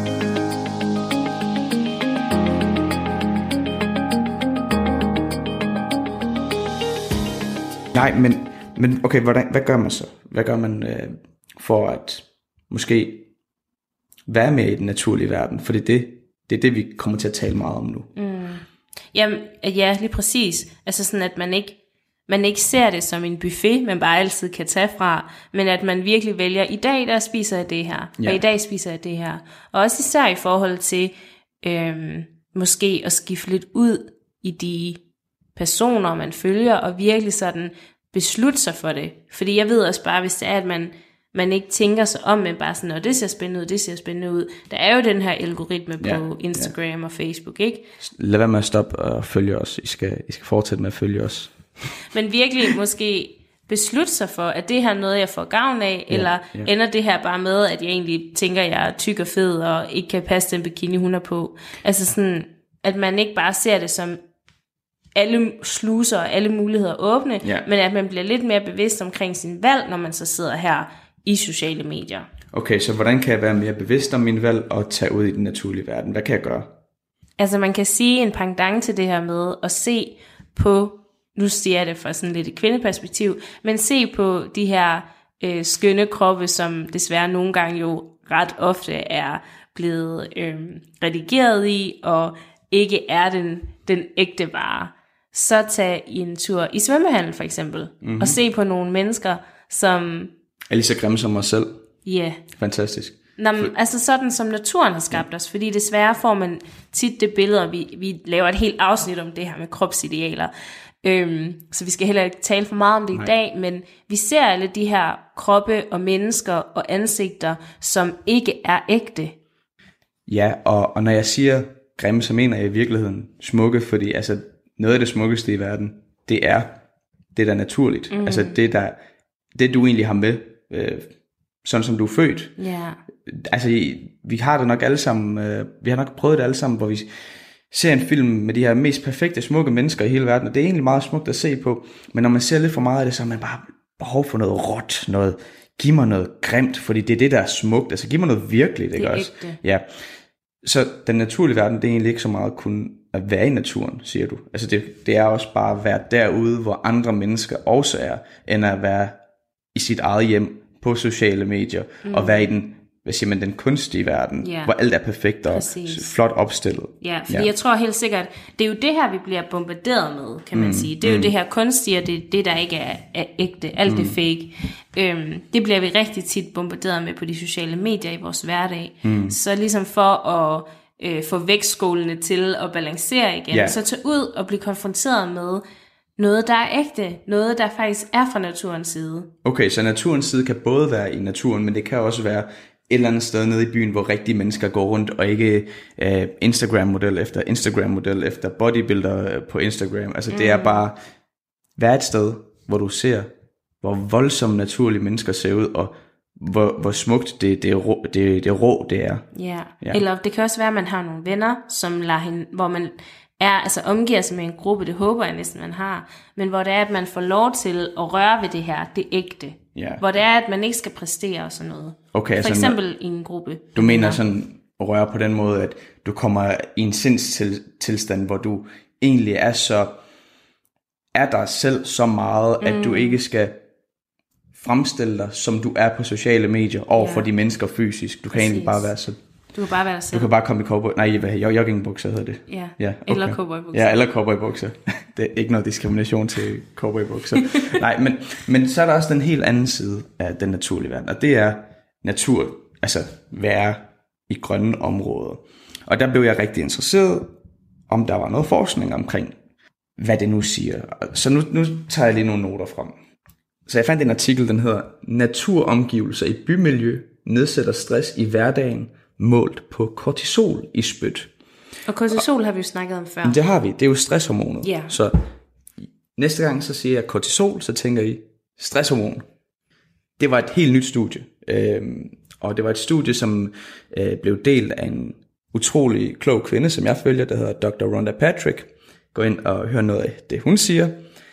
Nej, men okay, hvad gør man så? Hvad gør man for at måske være med i den naturlige verden? For det er det, vi kommer til at tale meget om nu. Jamen, ja, lige præcis. Altså sådan, at man ikke ser det som en buffet, man bare altid kan tage fra, men at man virkelig vælger, i dag der spiser jeg det her, og i dag spiser jeg det her. Og også især i forhold til måske at skifte lidt ud i de personer, man følger, og virkelig sådan beslutte sig for det. Fordi jeg ved også bare, hvis det er, at man ikke tænker sig om, men bare sådan, det ser spændende ud. Der er jo den her algoritme på Instagram og Facebook, ikke? Lad være med at stoppe og følge os. I skal fortsætte med at følge os. Men virkelig måske beslutte sig for, at det her er noget, jeg får gavn af, eller ender det her bare med, at jeg egentlig tænker, at jeg er tyk og fed, og ikke kan passe den bikini, hun er på. Altså sådan, at man ikke bare ser det som alle sluser og alle muligheder åbne, men at man bliver lidt mere bevidst omkring sin valg, når man så sidder her i sociale medier. Okay, så hvordan kan jeg være mere bevidst om min valg og tage ud i den naturlige verden? Hvad kan jeg gøre? Altså man kan sige en pendant til det her med at se på, nu siger jeg det fra sådan lidt et kvindeperspektiv, men se på de her skønne kroppe, som desværre nogle gange jo ret ofte er blevet redigeret i, og ikke er den ægte vare. Så tag en tur i svømmehallen for eksempel, og se på nogle mennesker, som... Er lige så grimme som mig selv. Ja. Yeah. Fantastisk. Altså sådan som naturen har skabt os, fordi desværre får man tit det billede, og vi laver et helt afsnit om det her med kropsidealer, så vi skal heller ikke tale for meget om det i dag, men vi ser alle de her kroppe og mennesker og ansigter, som ikke er ægte. Ja, og når jeg siger grimme, så mener jeg i virkeligheden smukke, fordi altså noget af det smukkeste i verden, det er det, der er naturligt. Altså det du egentlig har med, sådan som du er født. Yeah. Altså vi har det nok alle sammen, vi har nok prøvet det alle sammen, hvor vi ser en film med de her mest perfekte, smukke mennesker i hele verden, og det er egentlig meget smukt at se på, men når man ser lidt for meget af det, så har man bare behov for noget råt, giv mig noget grimt, fordi det er det, der er smukt, altså giv mig noget virkeligt, ikke også? Ja. Så den naturlige verden, det er egentlig ikke så meget kun at være i naturen, siger du. Altså det er også bare at være derude, hvor andre mennesker også er, end at være i sit eget hjem på sociale medier, og være i den kunstige verden, hvor alt er perfekt og flot opstillet. Ja, fordi jeg tror helt sikkert, det er jo det her, vi bliver bombarderet med, kan man sige. Det er jo det her kunstige, og det der ikke er ægte, alt det fake. Det bliver vi rigtig tit bombarderet med på de sociale medier i vores hverdag. Så ligesom for at få vægtskålene til at balancere igen, så tage ud og blive konfronteret med noget, der er ægte, noget, der faktisk er fra naturens side. Okay, så naturens side kan både være i naturen, men det kan også være et eller andet sted nede i byen, hvor rigtige mennesker går rundt, og ikke Instagram-model efter bodybuilder på Instagram. Altså det er bare, være et sted, hvor du ser, hvor voldsomt naturlige mennesker ser ud, og hvor smukt det rå det er. Ja, eller det kan også være, at man har nogle venner, som lader hende, hvor man omgiver sig med en gruppe, det håber jeg næsten, man har, men hvor det er, at man får lov til at røre ved det her, det ægte. Yeah. Hvor det er, at man ikke skal præstere og sådan noget. Okay, for eksempel i en gruppe. Du mener sådan at røre på den måde, at du kommer i en sindstilstand, hvor du egentlig er dig selv så meget, at du ikke skal fremstille dig, som du er på sociale medier, over for de mennesker fysisk. Du kan egentlig bare være Du kan bare være dig selv. Du kan bare komme i cowboy... Nej, joggingbukser hedder det. Ja, ja okay. Eller cowboybukser. Ja, eller cowboybukser. Det er ikke noget diskrimination til cowboybukser. Nej, men så er der også den helt anden side af den naturlige verden, og det er natur, altså være i grønne områder. Og der blev jeg rigtig interesseret, om der var noget forskning omkring, hvad det nu siger. Så nu tager jeg lige nogle noter frem. Så jeg fandt en artikel, den hedder Naturomgivelser i bymiljø nedsætter stress i hverdagen, målt på kortisol i spyt. Og kortisol har vi jo snakket om før. Det har vi, det er jo stresshormonet. Yeah. Så næste gang så siger jeg kortisol, så tænker I stresshormon. Det var et helt nyt studie. Og det var et studie, som blev delt af en utrolig klog kvinde, som jeg følger, der hedder Dr. Rhonda Patrick. Gå ind og hør noget af det, hun siger.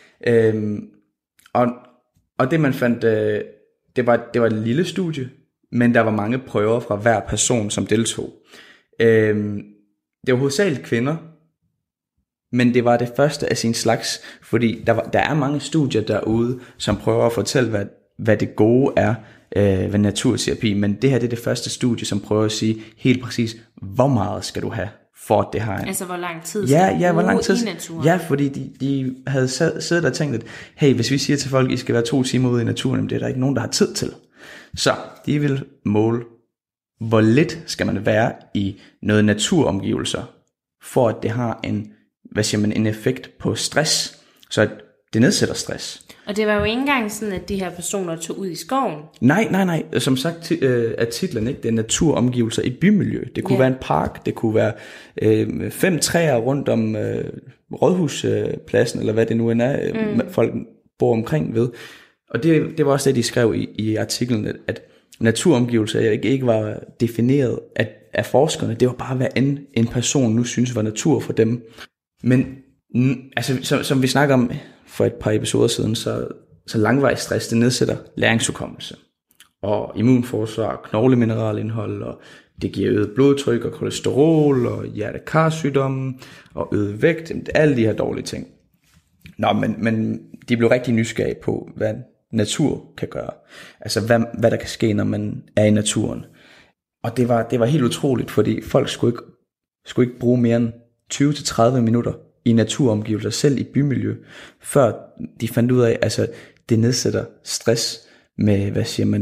Og det man fandt, det var et lille studie, men der var mange prøver fra hver person, som deltog. Det var hovedsageligt kvinder, men det var det første af sin slags, fordi der er mange studier derude, som prøver at fortælle, hvad det gode er ved naturterapi, men det her det er det første studie, som prøver at sige helt præcis, hvor meget skal du have, for at det har en... Altså hvor lang tid ja, hvor lang tid i naturen. Ja, fordi de havde siddet og tænkt, at hey, hvis vi siger til folk, I skal være 2 timer ude i naturen, det er der ikke nogen, der har tid til. Så de vil måle, hvor lidt skal man være i noget naturomgivelser, for at det har en effekt på stress, så det nedsætter stress. Og det var jo ikke engang sådan, at de her personer tog ud i skoven. Nej. Som sagt er titlen, ikke? Det er naturomgivelser i bymiljø. Det kunne være en park, det kunne være 5 træer rundt om rådhuspladsen, eller hvad det nu end er, folk bor omkring ved. Og det var også det, de skrev i artiklen, at naturomgivelser ikke var defineret af forskerne. Det var bare, hvad en person nu synes var natur for dem. Men altså, som vi snakker om for et par episoder siden, så langvarig stress, det nedsætter læringshukommelse og immunforsvar, knoglemineralinhold, og det giver øget blodtryk og kolesterol og hjerte-karsygdomme og øget vægt, alle de her dårlige ting. Nå, men de blev rigtig nysgerrige på, hvad natur kan gøre. Altså hvad der kan ske, når man er i naturen. Og det var helt utroligt, fordi folk skulle ikke bruge mere end 20-30 minutter i naturomgivelser, selv i bymiljø, før de fandt ud af, altså det nedsætter stress med,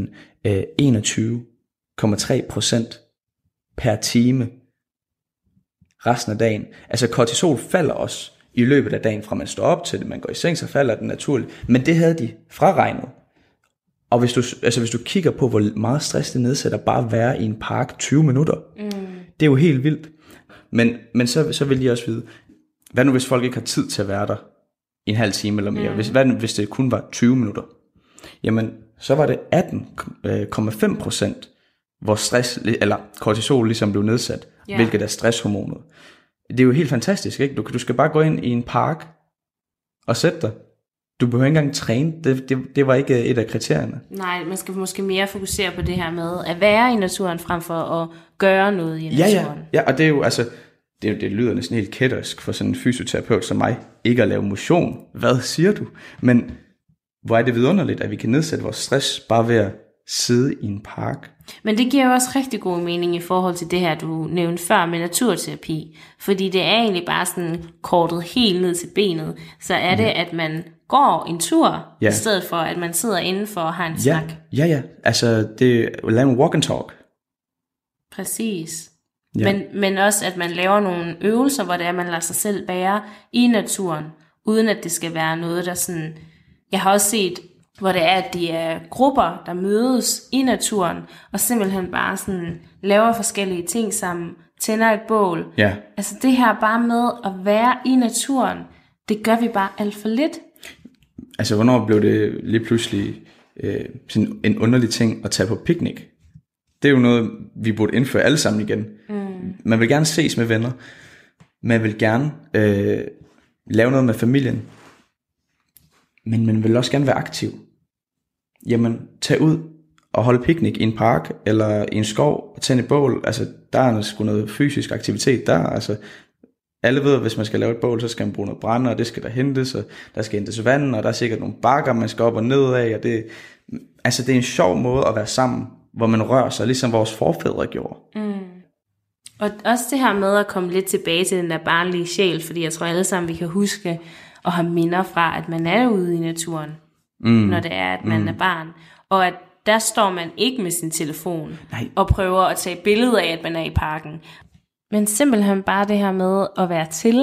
21,3% per time resten af dagen. Altså kortisol falder også i løbet af dagen, fra man står op til det, man går i seng, så falder den naturligt. Men det havde de fraregnet. Og hvis du kigger på, hvor meget stress det nedsætter, bare at være i en park 20 minutter, det er jo helt vildt. Men så vil de også vide, hvad nu hvis folk ikke har tid til at være der i en halv time eller mere? Hvis det kun var 20 minutter? Jamen, så var det 18,5%, hvor stress, eller kortisol ligesom blev nedsat, hvilket er stresshormonet. Det er jo helt fantastisk, ikke? Du skal bare gå ind i en park og sætte dig. Du behøver ikke engang træne. Det var ikke et af kriterierne. Nej, man skal måske mere fokusere på det her med at være i naturen, frem for at gøre noget i naturen. Ja, og det er jo altså... Det lyder næsten helt kættersk for sådan en fysioterapeut som mig, ikke at lave motion. Hvad siger du? Men hvor er det vidunderligt, at vi kan nedsætte vores stress bare ved at sidde i en park. Men det giver jo også rigtig god mening i forhold til det her, du nævnte før med naturterapi. Fordi det er egentlig bare sådan kortet helt ned til benet. Så er det, at man går en tur, i stedet for at man sidder indenfor og har en snak. Ja. Altså, det er en walk and talk. Præcis. Ja. Men også, at man laver nogle øvelser, hvor det er, at man lader sig selv bære i naturen, uden at det skal være noget, der sådan... Jeg har også set, hvor det er, at de er grupper, der mødes i naturen, og simpelthen bare sådan laver forskellige ting sammen, tænder et bål. Ja. Altså det her bare med at være i naturen, det gør vi bare alt for lidt. Altså, hvornår blev det lige pludselig sådan en underlig ting at tage på picnic? Det er jo noget, vi burde indføre alle sammen igen. Man vil gerne ses med venner. Man vil gerne lave noget med familien. Men man vil også gerne være aktiv. Jamen, tag ud og holde picnic i en park, eller i en skov, og tænde et bål. Altså, der er sgu noget fysisk aktivitet der. Altså, alle ved, at hvis man skal lave et bål, så skal man bruge noget brænde, og det skal der hentes, og der skal hentes vand, og der er sikkert nogle bakker, man skal op og ned af. Og det er en sjov måde at være sammen, hvor man rører sig, ligesom vores forfædre gjorde. Og også det her med at komme lidt tilbage til den der barnlige sjæl, fordi jeg tror alle sammen, vi kan huske og have minder fra, at man er ude i naturen, når det er, at man er barn. Og at der står man ikke med sin telefon og prøver at tage billeder af, at man er i parken. Men simpelthen bare det her med at være til,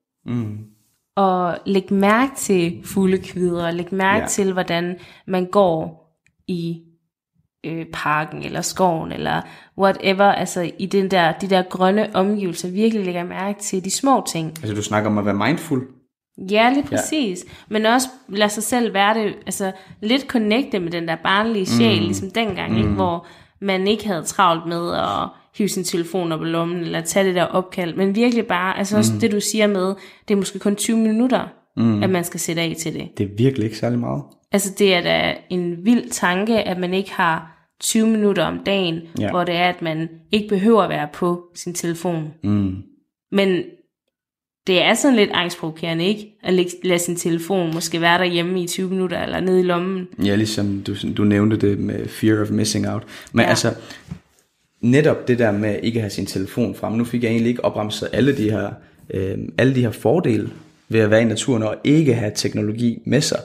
og lægge mærke til fuglekvidder, og lægge mærke til, hvordan man går i parken, eller skoven, eller whatever, altså i de der grønne omgivelser, virkelig lægger mærke til de små ting. Altså du snakker om at være mindful? Ja, lige præcis. Men også lade sig selv være det, altså lidt connecte med den der barnlige sjæl, ligesom dengang, ikke? Hvor man ikke havde travlt med at hive sin telefon op i lommen, eller tage det der opkald, men virkelig bare, altså også det du siger med, det er måske kun 20 minutter, at man skal sætte af til det. Det er virkelig ikke særlig meget. Altså det er da en vild tanke, at man ikke har 20 minutter om dagen, hvor det er, at man ikke behøver at være på sin telefon. Men det er sådan lidt angstprovokerende, ikke? At lade sin telefon måske være derhjemme i 20 minutter, eller nede i lommen. Ja, ligesom du nævnte det med fear of missing out. Men altså, netop det der med ikke at have sin telefon frem, nu fik jeg egentlig ikke opremset alle de her fordele ved at være i naturen, og ikke have teknologi med sig.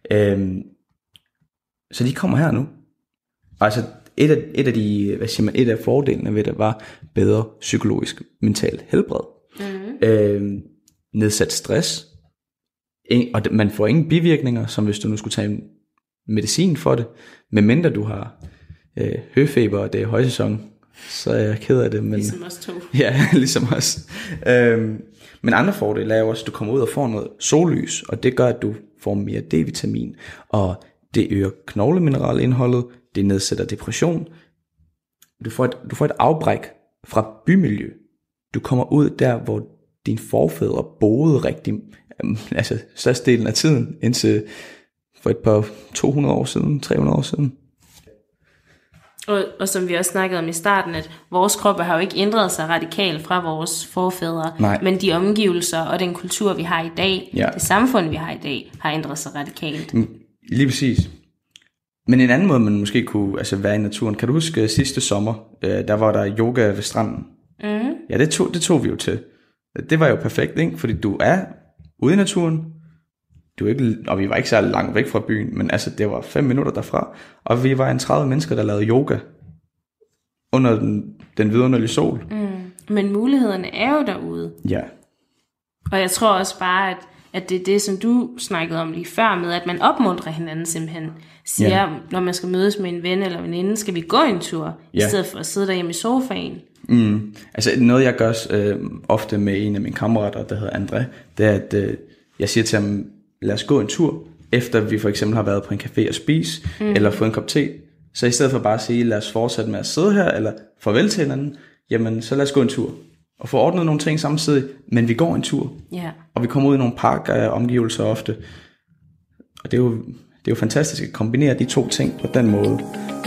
Så de kommer her nu. Altså et af fordelene ved det var bedre psykologisk mentalt helbred. Nedsat stress, og man får ingen bivirkninger, som hvis du nu skulle tage en medicin for det, medmindre du har høfeber, og det er højsæson, så er jeg ked af det. Men, ligesom os to. Ja, ligesom os. Men andre fordele er jo også, at du kommer ud og får noget sollys, og det gør, at du får mere D-vitamin, og det øger knoglemineralindholdet, det nedsætter depression. Du får et afbræk fra bymiljø. Du kommer ud der, hvor dine forfædre boede rigtig, altså størstedelen af tiden, indtil for et par 200 år siden, 300 år siden. Og som vi også snakkede om i starten, at vores kroppe har jo ikke ændret sig radikalt fra vores forfædre, men de omgivelser og den kultur, vi har i dag, det samfund, vi har i dag, har ændret sig radikalt. Lige præcis. Men en anden måde, man måske kunne være i naturen, kan du huske sidste sommer, der var der yoga ved stranden? Ja, det tog vi jo til. Det var jo perfekt, ikke? Fordi du er ude i naturen, og vi var ikke så langt væk fra byen, men altså det var 5 minutter derfra, og vi var en 30 mennesker, der lavede yoga under den vidunderlige sol. Men mulighederne er jo derude. Ja. Og jeg tror også bare, at det er det, som du snakkede om lige før, med at man opmuntrer hinanden simpelthen. Siger, når man skal mødes med en ven eller veninde, skal vi gå en tur, i stedet for at sidde derhjemme i sofaen. Altså noget jeg gør ofte med en af mine kammerater, der hedder André, det er at jeg siger til ham, lad os gå en tur, efter vi for eksempel har været på en café og spise, eller fået en kop te. Så i stedet for bare at sige, lad os fortsætte med at sidde her, eller farvel til hinanden, jamen så lad os gå en tur. Og få ordnet nogle ting samtidig, men vi går en tur. Og vi kommer ud i nogle parkomgivelser ofte. Og det er jo fantastisk at kombinere de to ting på den måde.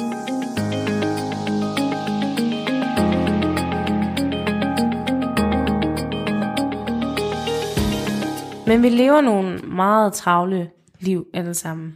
Men vi lever nogle meget travle liv alle sammen.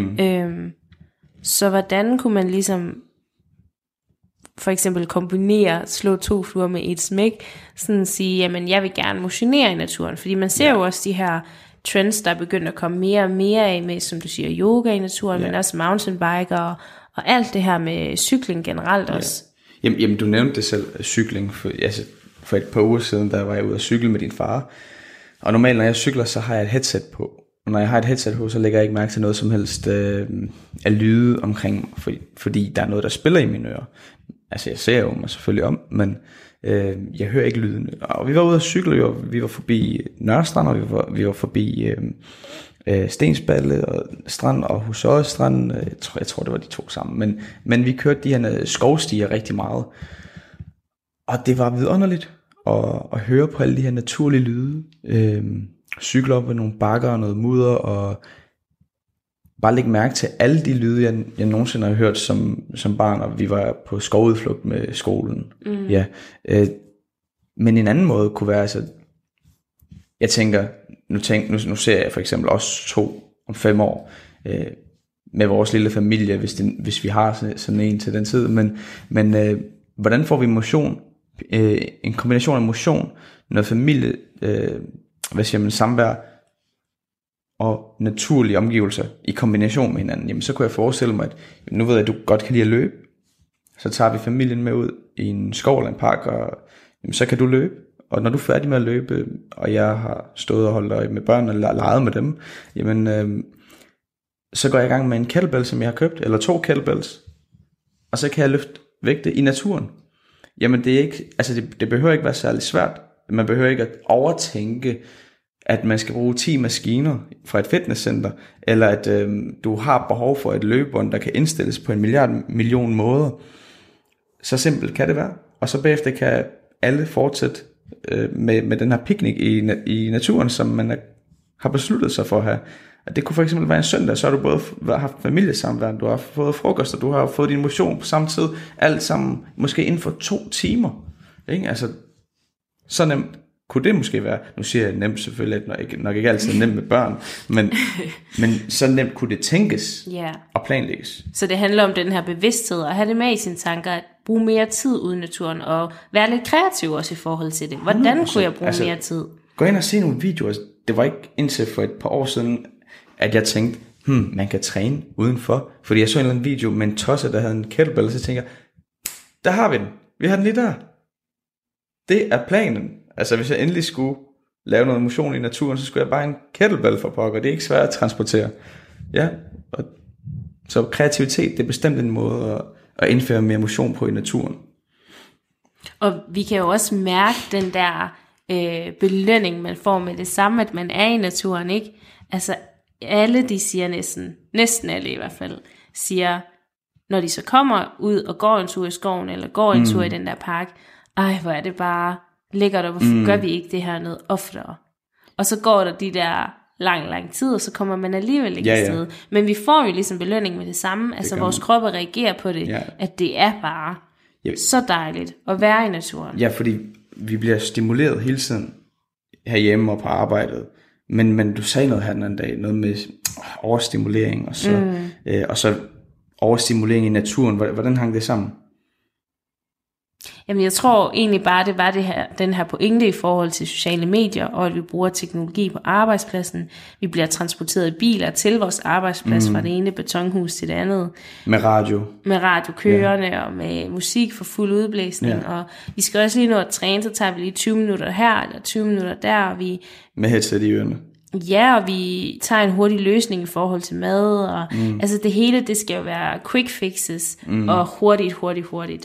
Så hvordan kunne man ligesom for eksempel kombinere, slå 2 fluer med et smæk, sådan sige, jamen jeg vil gerne motionere i naturen, fordi man ser jo også de her trends, der er begyndt at komme mere og mere af med, som du siger, yoga i naturen, men også mountainbike og alt det her med cykling generelt også. Jamen du nævnte det selv, cykling, for et par uger siden, der var jeg ude at cykle med din far, og normalt når jeg cykler, så har jeg et headset på, og når jeg har et headset på, så lægger jeg ikke mærke til noget som helst af lyde omkring, fordi der er noget, der spiller i mine ører. Altså jeg ser jo mig selvfølgelig om, men jeg hører ikke lyden. Og vi var ude at cykle, vi var forbi Nørrestrand, og vi var forbi Stensballe og Strand og Husøje Strand. Jeg tror det var de 2 sammen. Men vi kørte de her skovstier rigtig meget. Og det var vidunderligt at høre på alle de her naturlige lyde. Cykle op ad nogle bakker og noget mudder, og bare lægge mærke til alle de lyde, jeg nogensinde har hørt som barn, og vi var på skovudflugt med skolen. Men en anden måde kunne være, altså, jeg tænker, nu ser jeg for eksempel os 2 om 5 år, med vores lille familie, hvis vi har sådan en til den tid, men hvordan får vi motion en kombination af motion, noget familie, samvær og naturlige omgivelser i kombination med hinanden, jamen så kunne jeg forestille mig, at nu ved jeg, at du godt kan lide at løbe, så tager vi familien med ud i en skov eller en park, og jamen, så kan du løbe, og når du er færdig med at løbe, og jeg har stået og holdt øje med børn og leget med dem, jamen så går jeg i gang med en kettlebell, som jeg har købt, eller 2 kettlebells, og så kan jeg løfte vægte i naturen. Jamen det er ikke, altså det behøver ikke være særlig svært. Man behøver ikke at overtænke, at man skal bruge 10 maskiner fra et fitnesscenter, eller at du har behov for et løbebånd, der kan indstilles på 1 million måder. Så simpelt kan det være. Og så bagefter kan alle fortsætte med den her picnic i naturen, som man har besluttet sig for at have. Det kunne for eksempel være en søndag, så har du både haft familiesamvær, du har fået frokost, og du har fået din motion på samme tid, alt sammen måske inden for 2 timer. Ikke? Altså, så nemt kunne det måske være. Nu siger jeg nemt selvfølgelig, at nok ikke altid nemt med børn, men så nemt kunne det tænkes og planlægges. Så det handler om den her bevidsthed, og have det med i sine tanker, at bruge mere tid ude i naturen, og være lidt kreativ også i forhold til det. Hvordan kunne jeg bruge mere tid? Gå ind og se nogle videoer. Det var ikke indtil for et par år siden, at jeg tænkte, man kan træne udenfor. Fordi jeg så en eller anden video med en tosse, der havde en kettlebell, og så tænker jeg, der har vi den. Vi har den lige der. Det er planen. Altså hvis jeg endelig skulle lave noget motion i naturen, så skulle jeg bare en kettlebell for pokker. Det er ikke svært at transportere. Ja, og så kreativitet, det er bestemt en måde at indføre mere motion på i naturen. Og vi kan jo også mærke den der belønning, man får med det samme, at man er i naturen, ikke? Altså alle de siger næsten alle i hvert fald, siger, når de så kommer ud og går en tur i skoven, eller går en tur i den der park, hvor er det bare lækkert, og hvorfor gør vi ikke det her noget oftere? Og så går der de der lang tid, og så kommer man alligevel ikke afsted. Men vi får jo ligesom belønning med det samme, altså vores kroppe reagerer på det, at det er bare så dejligt at være i naturen. Ja, fordi vi bliver stimuleret hele tiden herhjemme og på arbejdet, men du sagde noget her den anden dag, noget med overstimulering, og så overstimulering i naturen. Hvordan hang det sammen? Jamen jeg tror egentlig bare, det var den her pointe i forhold til sociale medier, og at vi bruger teknologi på arbejdspladsen. Vi bliver transporteret i biler til vores arbejdsplads fra det ene betonhus til det andet. Med radio. Med radio kørende og med musik for fuld udblæsning. Og vi skal også lige nå at træne, så tager vi lige 20 minutter her eller 20 minutter der. Og vi med headset i ørerne. Ja, og vi tager en hurtig løsning i forhold til mad. Og, altså det hele, det skal jo være quick fixes og hurtigt. Hurtigt.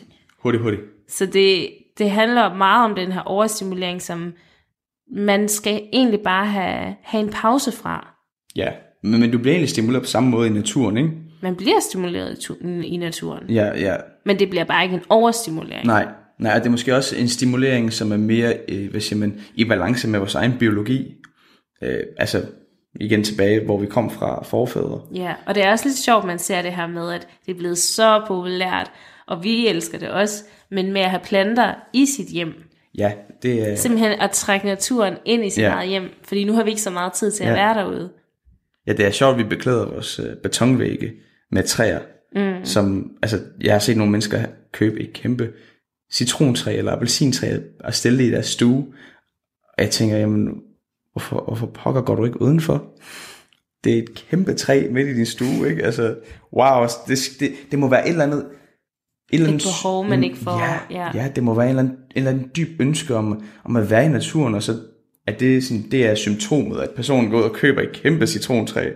Så det handler meget om den her overstimulering, som man skal egentlig bare have en pause fra. Ja, men du bliver egentlig stimuleret på samme måde i naturen, ikke? Man bliver stimuleret i naturen. Ja. Men det bliver bare ikke en overstimulering. Nej, det er måske også en stimulering, som er mere i balance med vores egen biologi. Altså igen tilbage, hvor vi kom fra forfædre. Ja, og det er også lidt sjovt, man ser det her med, at det er blevet så populært, og vi elsker det også, men med at have planter i sit hjem. Ja, det er... Simpelthen at trække naturen ind i sit eget hjem, fordi nu har vi ikke så meget tid til at være derude. Ja, det er sjovt, at vi beklæder vores betonvægge med træer, som, altså, jeg har set nogle mennesker købe et kæmpe citrontræ eller appelsintræ og stille det i deres stue, og jeg tænker, jamen, hvorfor pokker går du ikke udenfor? Det er et kæmpe træ midt i din stue, ikke? Altså, wow, det må være et eller andet... Et behov, man ikke får. Ja, det må være en eller anden dyb ønske om at være i naturen, og så at det er symptomet, at personen går ud og køber et kæmpe citrontræ,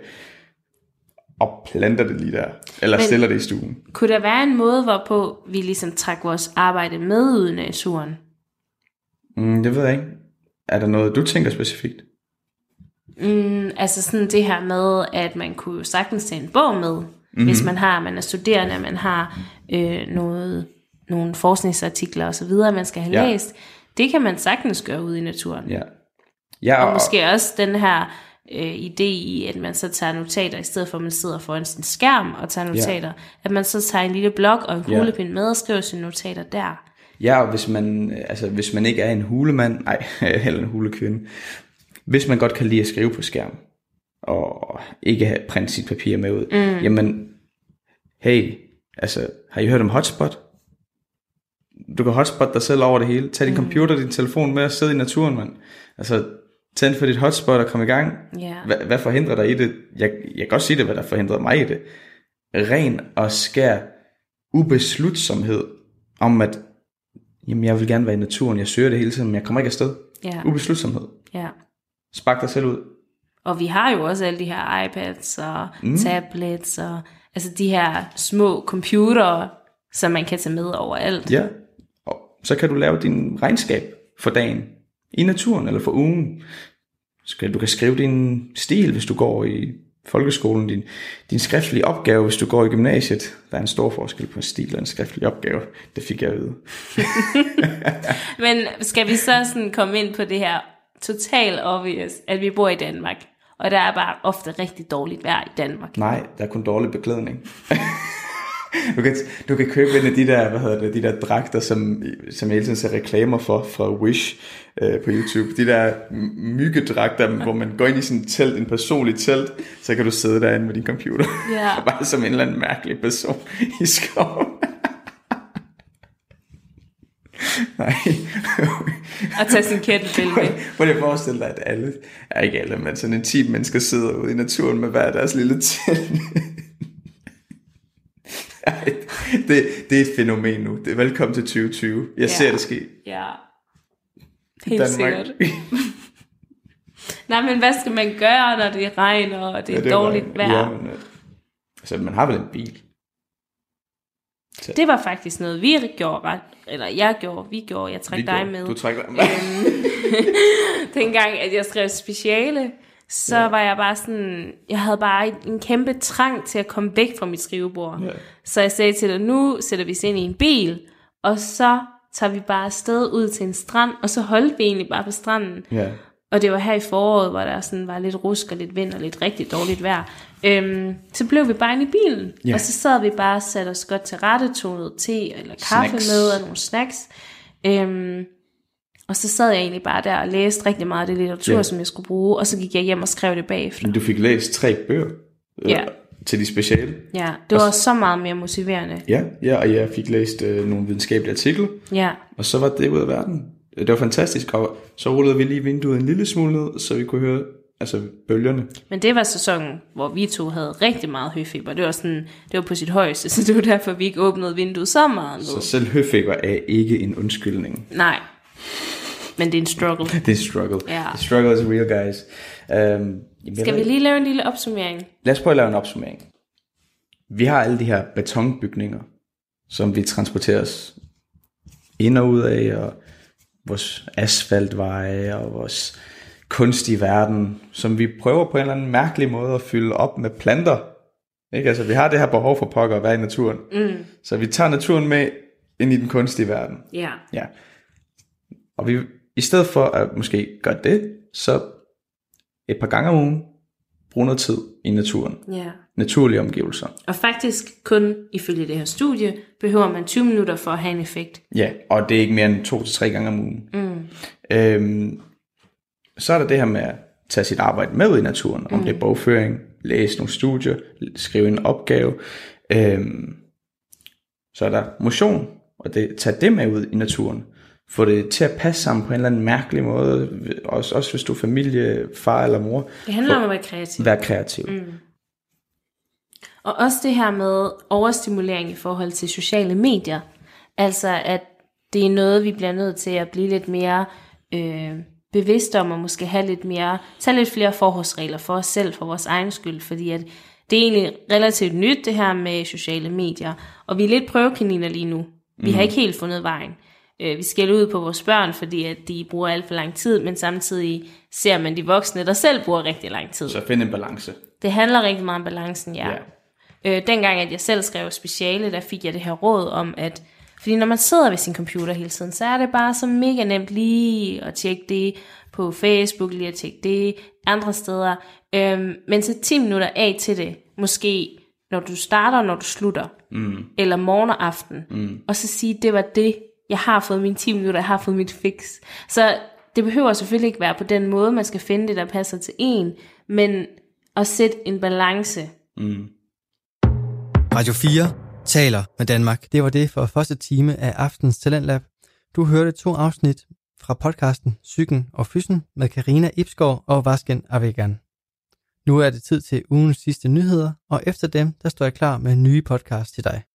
og planter det lige der, eller stiller det i stuen. Kunne der være en måde, hvorpå vi ligesom trækker vores arbejde med ud i naturen? Det ved jeg ikke. Er der noget, du tænker specifikt? Altså sådan det her med, at man kunne jo sagtens tage en bog med, hvis man er studerende, man har nogle forskningsartikler og så videre, man skal have læst. Det kan man sagtens gøre ude i naturen. Ja, og måske også den her idé i, at man så tager notater, i stedet for at man sidder foran sin skærm og tager notater, at man så tager en lille blok og en kuglepind med og skriver sine notater der. Ja, og hvis man ikke er en hulemand, eller en hulekvinde, hvis man godt kan lide at skrive på skærm, og ikke have print sit papir med ud, jamen, hey, altså, har I hørt om Hotspot? Du kan hotspot dig selv over det hele. Tag din computer, din telefon med og sidde i naturen, mand. Altså, tænd for dit hotspot og kom i gang. Yeah. Hvad forhindrer dig i det? Jeg kan godt sige det, hvad der forhindrer mig i det. Ren og skær ubeslutsomhed om, at jamen, jeg vil gerne være i naturen. Jeg søger det hele tiden, men jeg kommer ikke afsted. Yeah. Ubeslutsomhed. Yeah. Spark dig selv ud. Og vi har jo også alle de her iPads og tablets og altså de her små computere, som man kan tage med overalt. Ja, og så kan du lave din regnskab for dagen i naturen eller for ugen. Du kan skrive din stil, hvis du går i folkeskolen, din skriftlige opgave, hvis du går i gymnasiet. Der er en stor forskel på en stil og en skriftlig opgave. Det fik jeg at vide. Men skal vi så sådan komme ind på det her total obvious, at vi bor i Danmark, og der er bare ofte rigtig dårligt vejr i Danmark? Nej, der er kun dårlig beklædning. Du kan købe en af de der, de der dragter, som jeg hele tiden ser reklamer for fra Wish på YouTube. De der myggedragter, hvor man går ind i sådan et telt, en personlig telt, så kan du sidde derinde med din computer. Yeah. Bare som en eller anden mærkelig person i skoven. Nej. Og tage sin kettlebell med. Prøv lige at forestille dig, at alle, ikke alle, men sådan en 10 mennesker sidder ude i naturen med hver deres lille telt. Det er et fænomen nu. Det er velkommen til 2020. Jeg ser det ske. Ja. Helt sikkert. Nej, men hvad skal man gøre, når det regner, og det er dårligt vejr? Ja, men, altså, man har vel en bil. Så. Det var faktisk noget, vi gjorde, jeg trak dig med. Du trækker dig med. Dengang, at jeg skrev speciale, så var jeg bare sådan, jeg havde bare en kæmpe trang til at komme væk fra mit skrivebord. Yeah. Så jeg sagde til dig, nu sætter vi os ind i en bil, og så tager vi bare afsted ud til en strand, og så holdt vi egentlig bare på stranden. Yeah. Og det var her i foråret, hvor der sådan var lidt rusk og lidt vind og lidt rigtig dårligt vejr. Så blev vi bare inde i bilen, og så sad vi bare og satte os godt til rette, tog noget te eller kaffe med og nogle snacks. Og så sad jeg egentlig bare der og læste rigtig meget af det litteratur, som jeg skulle bruge, og så gik jeg hjem og skrev det bagefter. Men du fik læst 3 bøger til de speciale. Ja, det var så meget mere motiverende. Ja, og jeg fik læst nogle videnskabelige artikler, og så var det ud af verden. Det var fantastisk, og så rullede vi lige vinduet en lille smule ned, så vi kunne høre bølgerne. Men det var sæsonen, hvor vi to havde rigtig meget høfeber. Det var på sit højeste, så det var derfor, vi ikke åbnede vinduet så meget ned. Så selv høfeber er ikke en undskyldning. Nej. Men det er en struggle. Det er en struggle. Yeah. The struggle is real, guys. Skal vi lige lave en lille opsummering? Lad os prøve at lave en opsummering. Vi har alle de her betonbygninger, som vi transporterer os ind og ud af, og vores asfaltveje og vores kunstige verden, som vi prøver på en eller anden mærkelig måde at fylde op med planter. Ikke? Altså, vi har det her behov for pokker at være i naturen. Så vi tager naturen med ind i den kunstige verden. Yeah. Ja. Og vi, i stedet for at måske gøre det, så et par gange om ugen, bruge noget tid i naturen. Yeah. Naturlige omgivelser. Og faktisk kun, ifølge det her studie, behøver man 20 minutter for at have en effekt. Ja, og det er ikke mere end 2-3 gange om ugen. Så er der det her med at tage sit arbejde med ud i naturen. Om det er bogføring, læse nogle studier, skrive en opgave. Så er der motion, og tage det med ud i naturen. Få det til at passe sammen på en eller anden mærkelig måde. Også hvis du er familie, far eller mor. Det handler om at være kreativ. Være kreativ. Og også det her med overstimulering i forhold til sociale medier. Altså at det er noget, vi bliver nødt til at blive lidt mere bevidste om, og måske tage lidt flere forholdsregler for os selv, for vores egen skyld. Fordi at det er egentlig relativt nyt, det her med sociale medier. Og vi er lidt prøvekaniner lige nu. Vi har ikke helt fundet vejen. Vi skælder ud på vores børn, fordi at de bruger alt for lang tid, men samtidig ser man de voksne, der selv bruger rigtig lang tid. Så find en balance. Det handler rigtig meget om balancen, ja. Dengang, at jeg selv skrev speciale, der fik jeg det her råd om, at fordi når man sidder ved sin computer hele tiden, så er det bare så mega nemt lige at tjekke det på Facebook, lige at tjekke det andre steder. Men så 10 minutter af til det, måske når du starter, når du slutter, eller morgen og aften, og så sige, det var det, jeg har fået mine 10 minutter, jeg har fået mit fix. Så det behøver selvfølgelig ikke være på den måde, man skal finde det, der passer til en, men at sætte en balance. Radio 4 taler med Danmark. Det var det for første time af aftens Talentlab. Du hørte 2 afsnit fra podcasten Psyken og Fysen med Karina Ibsgaard og Vasgen Avegan. Nu er det tid til ugens sidste nyheder, og efter dem, der står jeg klar med nye podcast til dig.